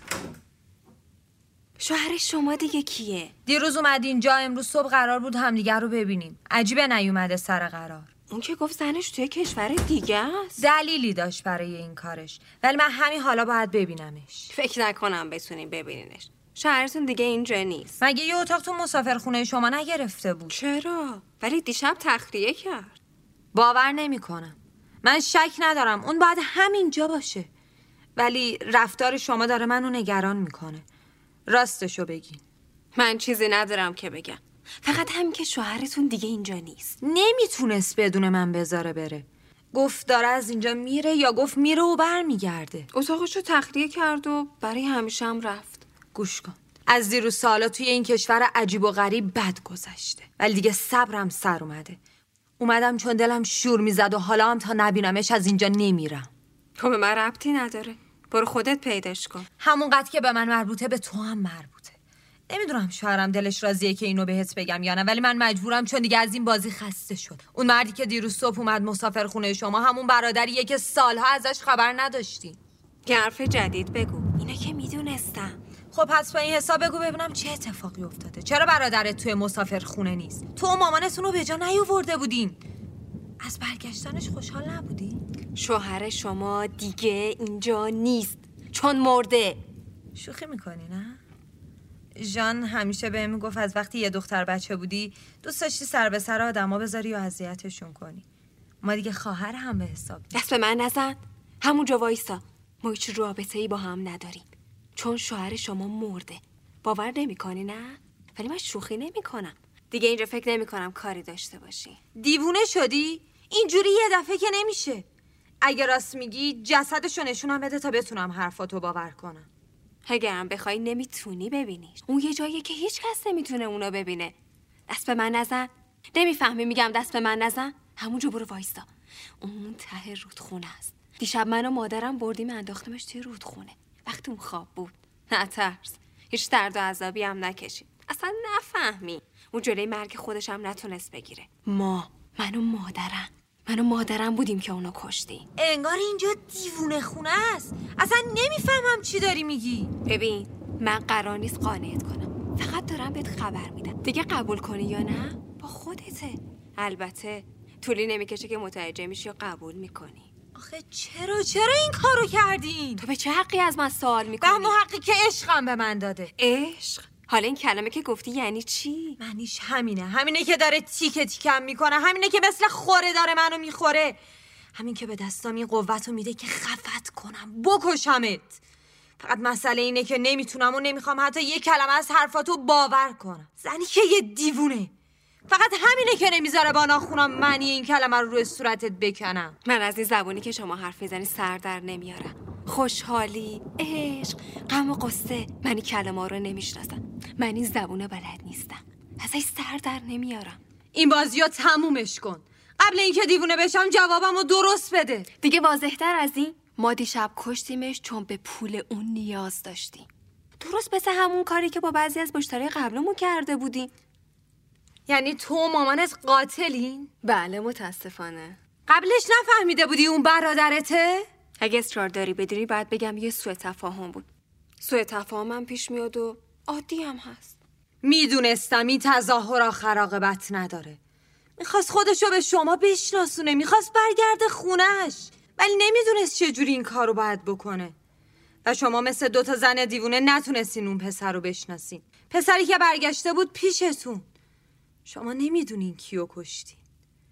شوهر شما دیگه کیه؟ دیروز اومد اینجا، امروز صبح قرار بود همدیگر رو ببینیم. عجیبه نیومده سر قرار. اون که گفت زنش توی کشور دیگه است. دلیلی داشت برای این کارش، ولی من همین حالا باید ببینمش. فکر نکنم بتونیم ببینینش. شوهرتون دیگه اینجا نیست. مگه یه اتاق تو مسافرخونه شما نگرفته بود؟ چرا؟ ولی دیشب تخلیه کرد. باور نمی‌کنم. من شک ندارم اون باید همینجا باشه، ولی رفتار شما داره منو نگران میکنه. راستشو بگین. من چیزی ندارم که بگم، فقط همین که شوهرتون دیگه اینجا نیست. نمیتونست بدون من بذاره بره. گفت داره از اینجا میره یا گفت میره و بر میگرده. اتاقشو تخلیه کرد و برای همیشه هم رفت. گوش کن، از دیروز سالا توی این کشور عجیب و غریب بد گذشته، ولی دیگه صبرم سر اومده. اومدم چون دلم شور میزد و حالا هم تا نبینمش از اینجا نمیرم. تو به من ربطی نداره، برو خودت پیداش کن. همونقدر که به من مربوطه به تو هم مربوطه. نمیدونم شوهرم دلش راضیه که اینو بهت بگم یا نه، ولی من مجبورم چون دیگه از این بازی خسته شد. اون مردی که دیروز صبح اومد مسافر خونه شما همون برادریه که سالها ازش خبر نداشتین. یه حرف جدید بگو. اینا که میدونستم. خب پس به این حساب بگو ببینم چه اتفاقی افتاده. چرا برادرت توی مسافر خونه نیست؟ تو و مامانتون رو به جا نیاورده بودین؟ از برگشتنش خوشحال نبودی؟ شوهر شما دیگه اینجا نیست چون مرده. شوخی میکنی نه؟ ژان همیشه بهم میگفت از وقتی یه دختر بچه بودی دوست داشتی سر به سر آدما بذاری و اذیتشون کنی. ما دیگه خواهر هم به حساب. دست به من نزن. همونجا وایسا. ما هیچ رابطه‌ای با هم نداریم چون شوهر شما مرده. باور نمی‌کنی نه؟ ولی من شوخی نمی‌کنم. دیگه اینجا فکر نمی‌کنم کاری داشته باشی. دیوونه شدی؟ اینجوری یه دفعه که نمیشه. اگه راست میگی جسدشو نشونم بده تا بتونم حرفاتو باور کنم. اگرم بخوای نمیتونی ببینیش. اون یه جاییه که هیچ کس نمیتونه اونو ببینه. دست به من نزن. نمیفهمی میگم دست به من نزن؟ همونجا برو وایستا. اون ته رودخونه است. دیشب من و مادرم بردیم انداختمش توی رودخونه. وقتی اون خواب بود. نه ترس. هیچ درد و عذابی هم نکشید. اصلا نفهمی. اون جلوی مرگ خودش هم نتونست بگیره. ما من و مادرم من و مادرم بودیم که اونو کشتیم. انگار اینجا دیوونه خونه است. اصلا نمیفهمم چی داری میگی. ببین من قرار نیست قانعت کنم، فقط دارم بهت خبر میدم. دیگه قبول کنی یا نه با خودته. البته طولی نمیکشه که متوجه میشی یا قبول میکنی. آخه چرا چرا این کارو کردین؟ تو به چه حقی از من سوال میکنی؟ به همون حقی که عشقم به من داده. عشق؟ حالا این کلمه که گفتی یعنی چی؟ معنیش همینه. همینه که داره تیکه تیکم میکنه. همینه که مثل خوره داره منو میخوره. همین که به دستام این قوتو میده که خفت کنم، بکشمت. فقط مسئله اینه که نمیتونم و نمیخوام حتی یه کلمه از حرفاتو باور کنم. زنی که یه دیوونه. فقط همینه که نمیذاره با ناخونم معنی این کلمه رو روی صورتت بکنم. من از این زبونی که شما حرف میزنی سر در نمیارم. خوشحالی، عشق، غم و قصه، من این کلمه رو نمیشناسم. من این زبونه بلد نیستم. ازش سر در نمیارم. این بازیو تمومش کن. قبل اینکه دیوونه بشم جوابمو درست بده. دیگه واضح‌تر از این؟ ما دیشب کشتیمش چون به پول اون نیاز داشتیم. درست مثل همون کاری که با بعضی از مشتری قبلمون کرده بودیم. یعنی تو و مامانت قاتلین؟ بله متاسفانه. قبلش نفهمیده بودی اون برادرته؟ اگه اصرار داری بدونی باید بگم یه سوء تفاهم بود. سوء تفاهمم پیش میاد و عادی هم هست. میدونستم این تظاهر آخر عاقبت نداره. میخواست خودشو به شما بشناسونه، میخواست برگرده خونش، ولی نمیدونست چجوری این کارو باید بکنه. و شما مثل دوتا زن دیوونه نتونستین اون پسر رو بشناسین. پسری که برگشته بود پیشتون. شما نمیدونین کیو کشتین.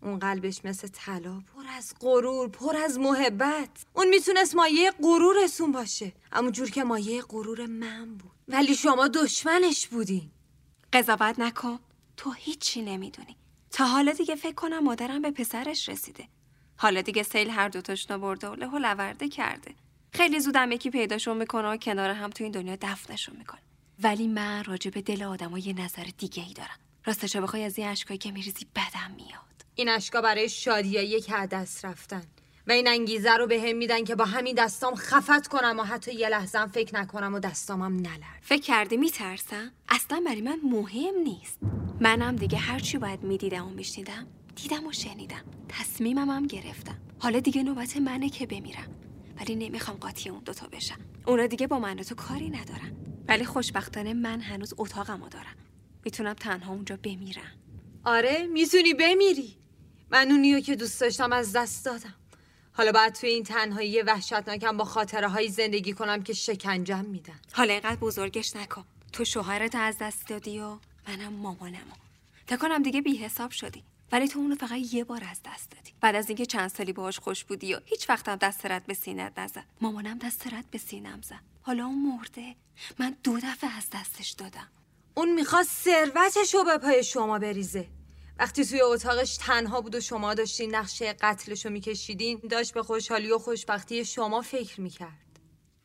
اون قلبش مثل طلا، پر از غرور، پر از محبت. اون میتونست مایه غرورتون باشه، اما جور که مایه غرور من بود. ولی شما دشمنش بودین. قضاوت نکن، تو هیچی نمیدونی. تا حالا دیگه فکر کنم مادرم به پسرش رسیده. حالا دیگه سیل هر دوتاشونو برده و له و لورده کرده. خیلی زودم یکی پیداشون میکنه و کنار هم تو این دنیا دفنشون میکنه. ولی من راجع به دل آدم‌ها یه نظر دیگه ای دارم. راستش بخوای از این اشکایی که میریزی بدم میاد. این اشکا برای شادیایی که از دست رفتن و این انگیزه رو به هم میدن که با همین دستام خفت کنم و حتی یه لحظه فکر نکنم و دستامم نلرد. فکر کردی میترسم؟ اصلا برای من مهم نیست. منم دیگه هرچی باید میدیدم و میشنیدم دیدم و شنیدم. تصمیمم هم گرفتم. حالا دیگه نوبت منه که بمیرم. ولی نمیخوام قاطی اون دوتا بشم. اونا دیگه با من و تو کاری ندارن. ولی خوشبختانه من هنوز اتاقمو دارم. میتونم تنها اونجا بمیرم. آره میتونی بمیری. من اونیو که دوست داشتم از دست دادم. حالا باید توی این تنهایی وحشتناکم با خاطره های زندگی کنم که شکنجم میدن. حالا اینقدر بزرگش نکن. تو شوهرت از دست دادی و منم مامانمو. فکر کنم دیگه بی حساب شدی. ولی تو اونو فقط یه بار از دست دادی. بعد از اینکه چند سالی باهاش خوش بودی و هیچ وقتم دست رد به سینه‌ت نزد. مامانم دست رد به سینه‌م زد. حالا اون مرده. من دو دفعه از دستش دادم. اون میخواست ثروتشو به پای شما بریزه. وقتی توی اتاقش تنها بود و شما داشتین نقشه قتلشو میکشیدین، داشت به خوشحالی و خوشبختی شما فکر میکرد.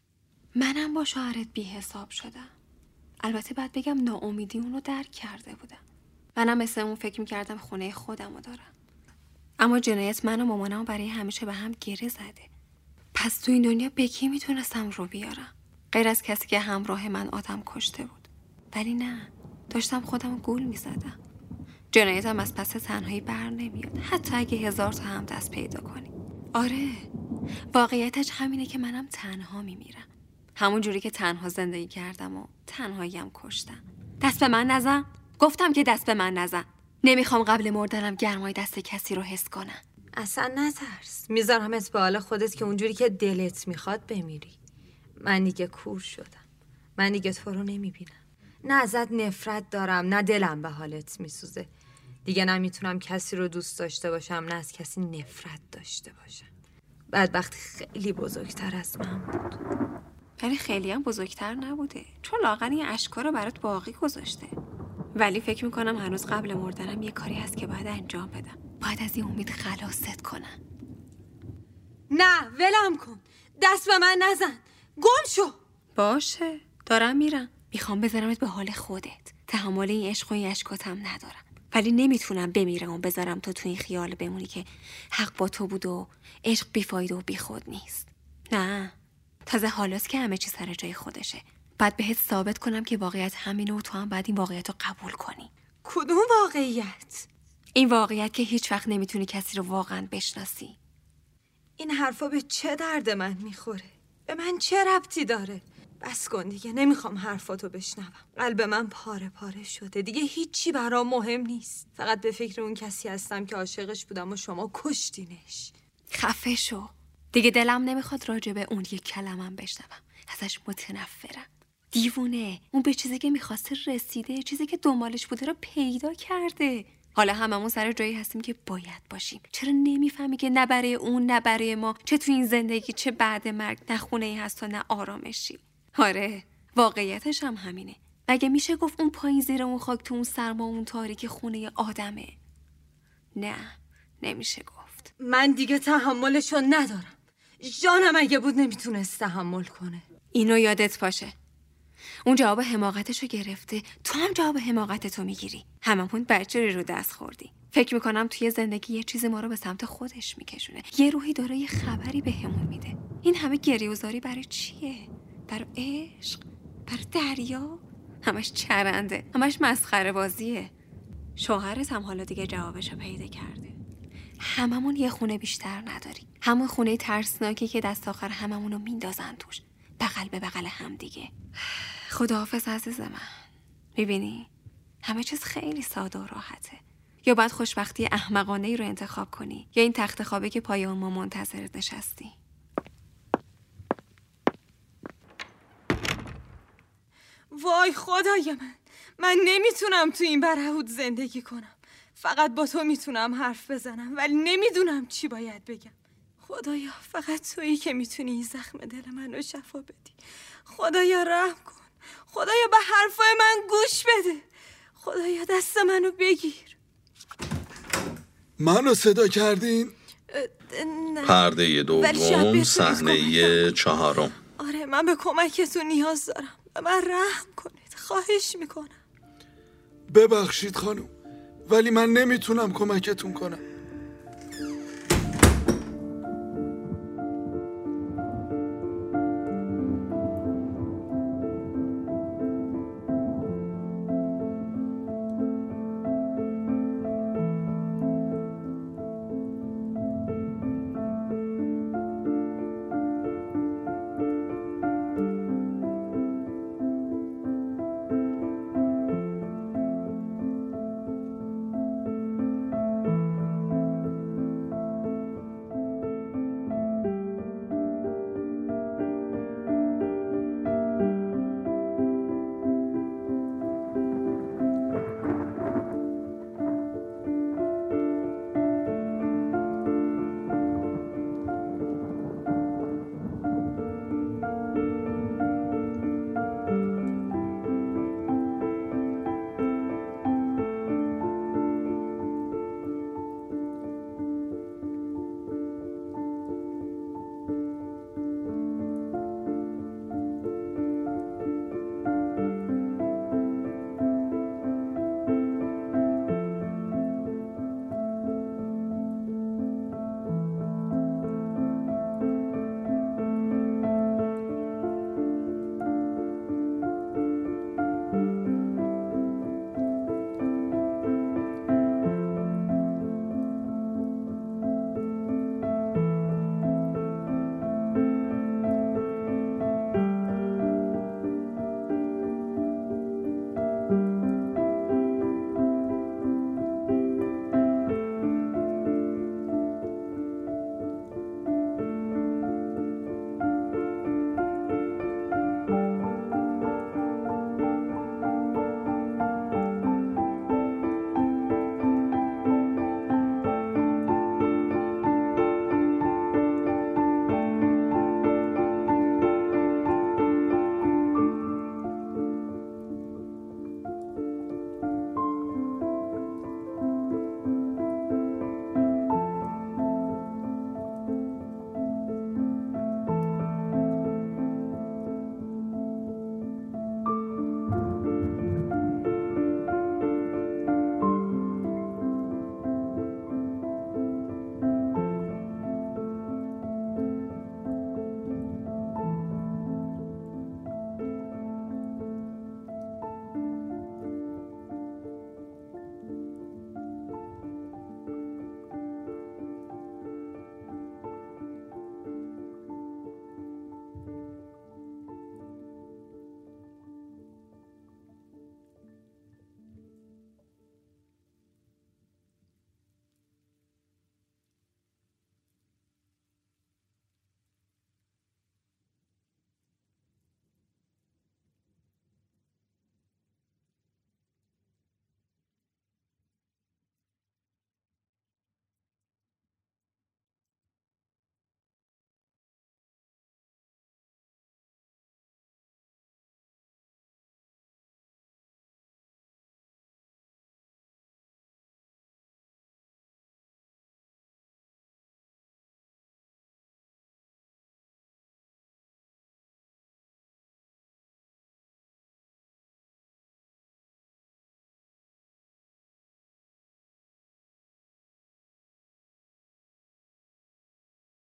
منم با شوهرت بی حساب شدم. البته باید بگم ناامیدی اونو درک کرده بودم. منم مثل اون فکر میکردم خونه خودمو دارم. اما جنایت من و مامانم برای همیشه به هم گره زده. پس تو این دنیا به کی میتونستم رو بیارم؟ غیر از کسی که همراه من آدم کشته بود. ولی نه، داشتم خودم گول میزدم. جنایتم از پس تنهایی بر نمیاد، حتی اگه هزار تا هم دست پیدا کنی. آره، واقعیتش همینه که منم تنها میمیرم. همون جوری که تنها زندگی کردم و تنهاییم کشتم. دست به من نزن. گفتم که دست به من نزن. نمیخوام قبل مردنم گرمای دست کسی رو حس کنم. اصلا نترس. میذارمت به حال خودت که اونجوری که دلت میخواد بمیری. من دیگه کور شدم. من دیگه تو رو نمیبینم. نه ازت نفرت دارم، نه دلم به حالت میسوزه. دیگه نمیتونم کسی رو دوست داشته باشم، نه از کسی نفرت داشته باشم. بدبختی خیلی بزرگتر از من بود. ولی خیلی هم بزرگتر نبوده، چون لااقل این اشکا رو برات باقی گذاشته. ولی فکر میکنم هنوز قبل مردنم یه کاری هست که باید انجام بدم. باید از این امید خلاصت کنم. نه ولم کن. دست به من نزن. گم شو. باشه، دارم میرم. میخوام بذارمت به حال خودت. تحمل این عشق و این اشکاتم ندارم. ولی نمیتونم بمیرم و بذارم تو تو این خیال بمونی که حق با تو بود و عشق بیفایده و بیخود نیست. نه، تازه حالاست که همه چی سر جای خودشه. بعد بهت ثابت کنم که واقعیت همینه و تو هم باید این واقعیت رو قبول کنی. کدوم واقعیت؟ این واقعیت که هیچ وقت نمیتونی کسی رو واقعا بشناسی. این حرفا به چه درد من میخوره؟ به من چه ربطی داره؟ بس کن دیگه، نمیخوام حرفاتو بشنوم. قلب من پاره پاره شده. دیگه هیچی برام مهم نیست. فقط به فکر اون کسی هستم که عاشقش بودم و شما کشتینش. خفه شو. دیگه دلم نمیخواد راجع به اون یک کلمم بشنوم. ازش متنفرم. دیوونه. اون به چیزی که میخواسته رسیده، چیزی که دنبالش بوده رو پیدا کرده. حالا هممون سر جایی هستیم که باید باشیم. چرا نمیفهمی که نه برای اون نه برای ما، چه تو این زندگی چه بعد مرگ، نه خونه‌ای هست و نه آرامشی. آره، واقعیتش هم همینه. مگه میشه گفت اون پایین زیر اون خاک تو اون سرما اون تاریکی خونه آدمه؟ نه، نمیشه گفت. من دیگه تحملشو ندارم. جانم اگه بود نمیتونست تحمل کنه. اینو یادت باشه. اون جواب حماقتشو گرفته، تو هم جواب حماقتتو میگیری. هممون بچه‌ای رو دست خوردی. فکر میکنم توی زندگی یه چیزی ما رو به سمت خودش میکشونه. یه روحی داره یه خبری بهمون میده. این همه گریه‌وزاری برای چیه؟ برای عشق؟ برای دریا؟ همش چرنده، همش مسخره بازیه. شوهرت هم حالا دیگه جوابشو پیدا کرده. هممون یه خونه بیشتر نداریم. همون خونه ترسناکی که دست آخر هممونو میندازن توش، بغل به بغل هم دیگه. خداحافظ عزیز من. میبینی؟ همه چیز خیلی ساده و راحته. یا باید خوشبختی احمقانه ای رو انتخاب کنی، یا این تخت خوابه که پای اون ما منتظرت نشستی. وای خدای من، من نمیتونم تو این برهوت زندگی کنم. فقط با تو میتونم حرف بزنم ولی نمیدونم چی باید بگم. خدایا فقط تویی که میتونی این زخم دل منو شفا بدی. خدایا رحم کن. خدایا به حرفای من گوش بده. خدایا دست منو بگیر. منو صدا کردین؟ پرده دوم صحنه چهارم. آره من به کمکتون نیاز دارم. به من رحم کنید. خواهش میکنم. ببخشید خانم ولی من نمیتونم کمکتون کنم.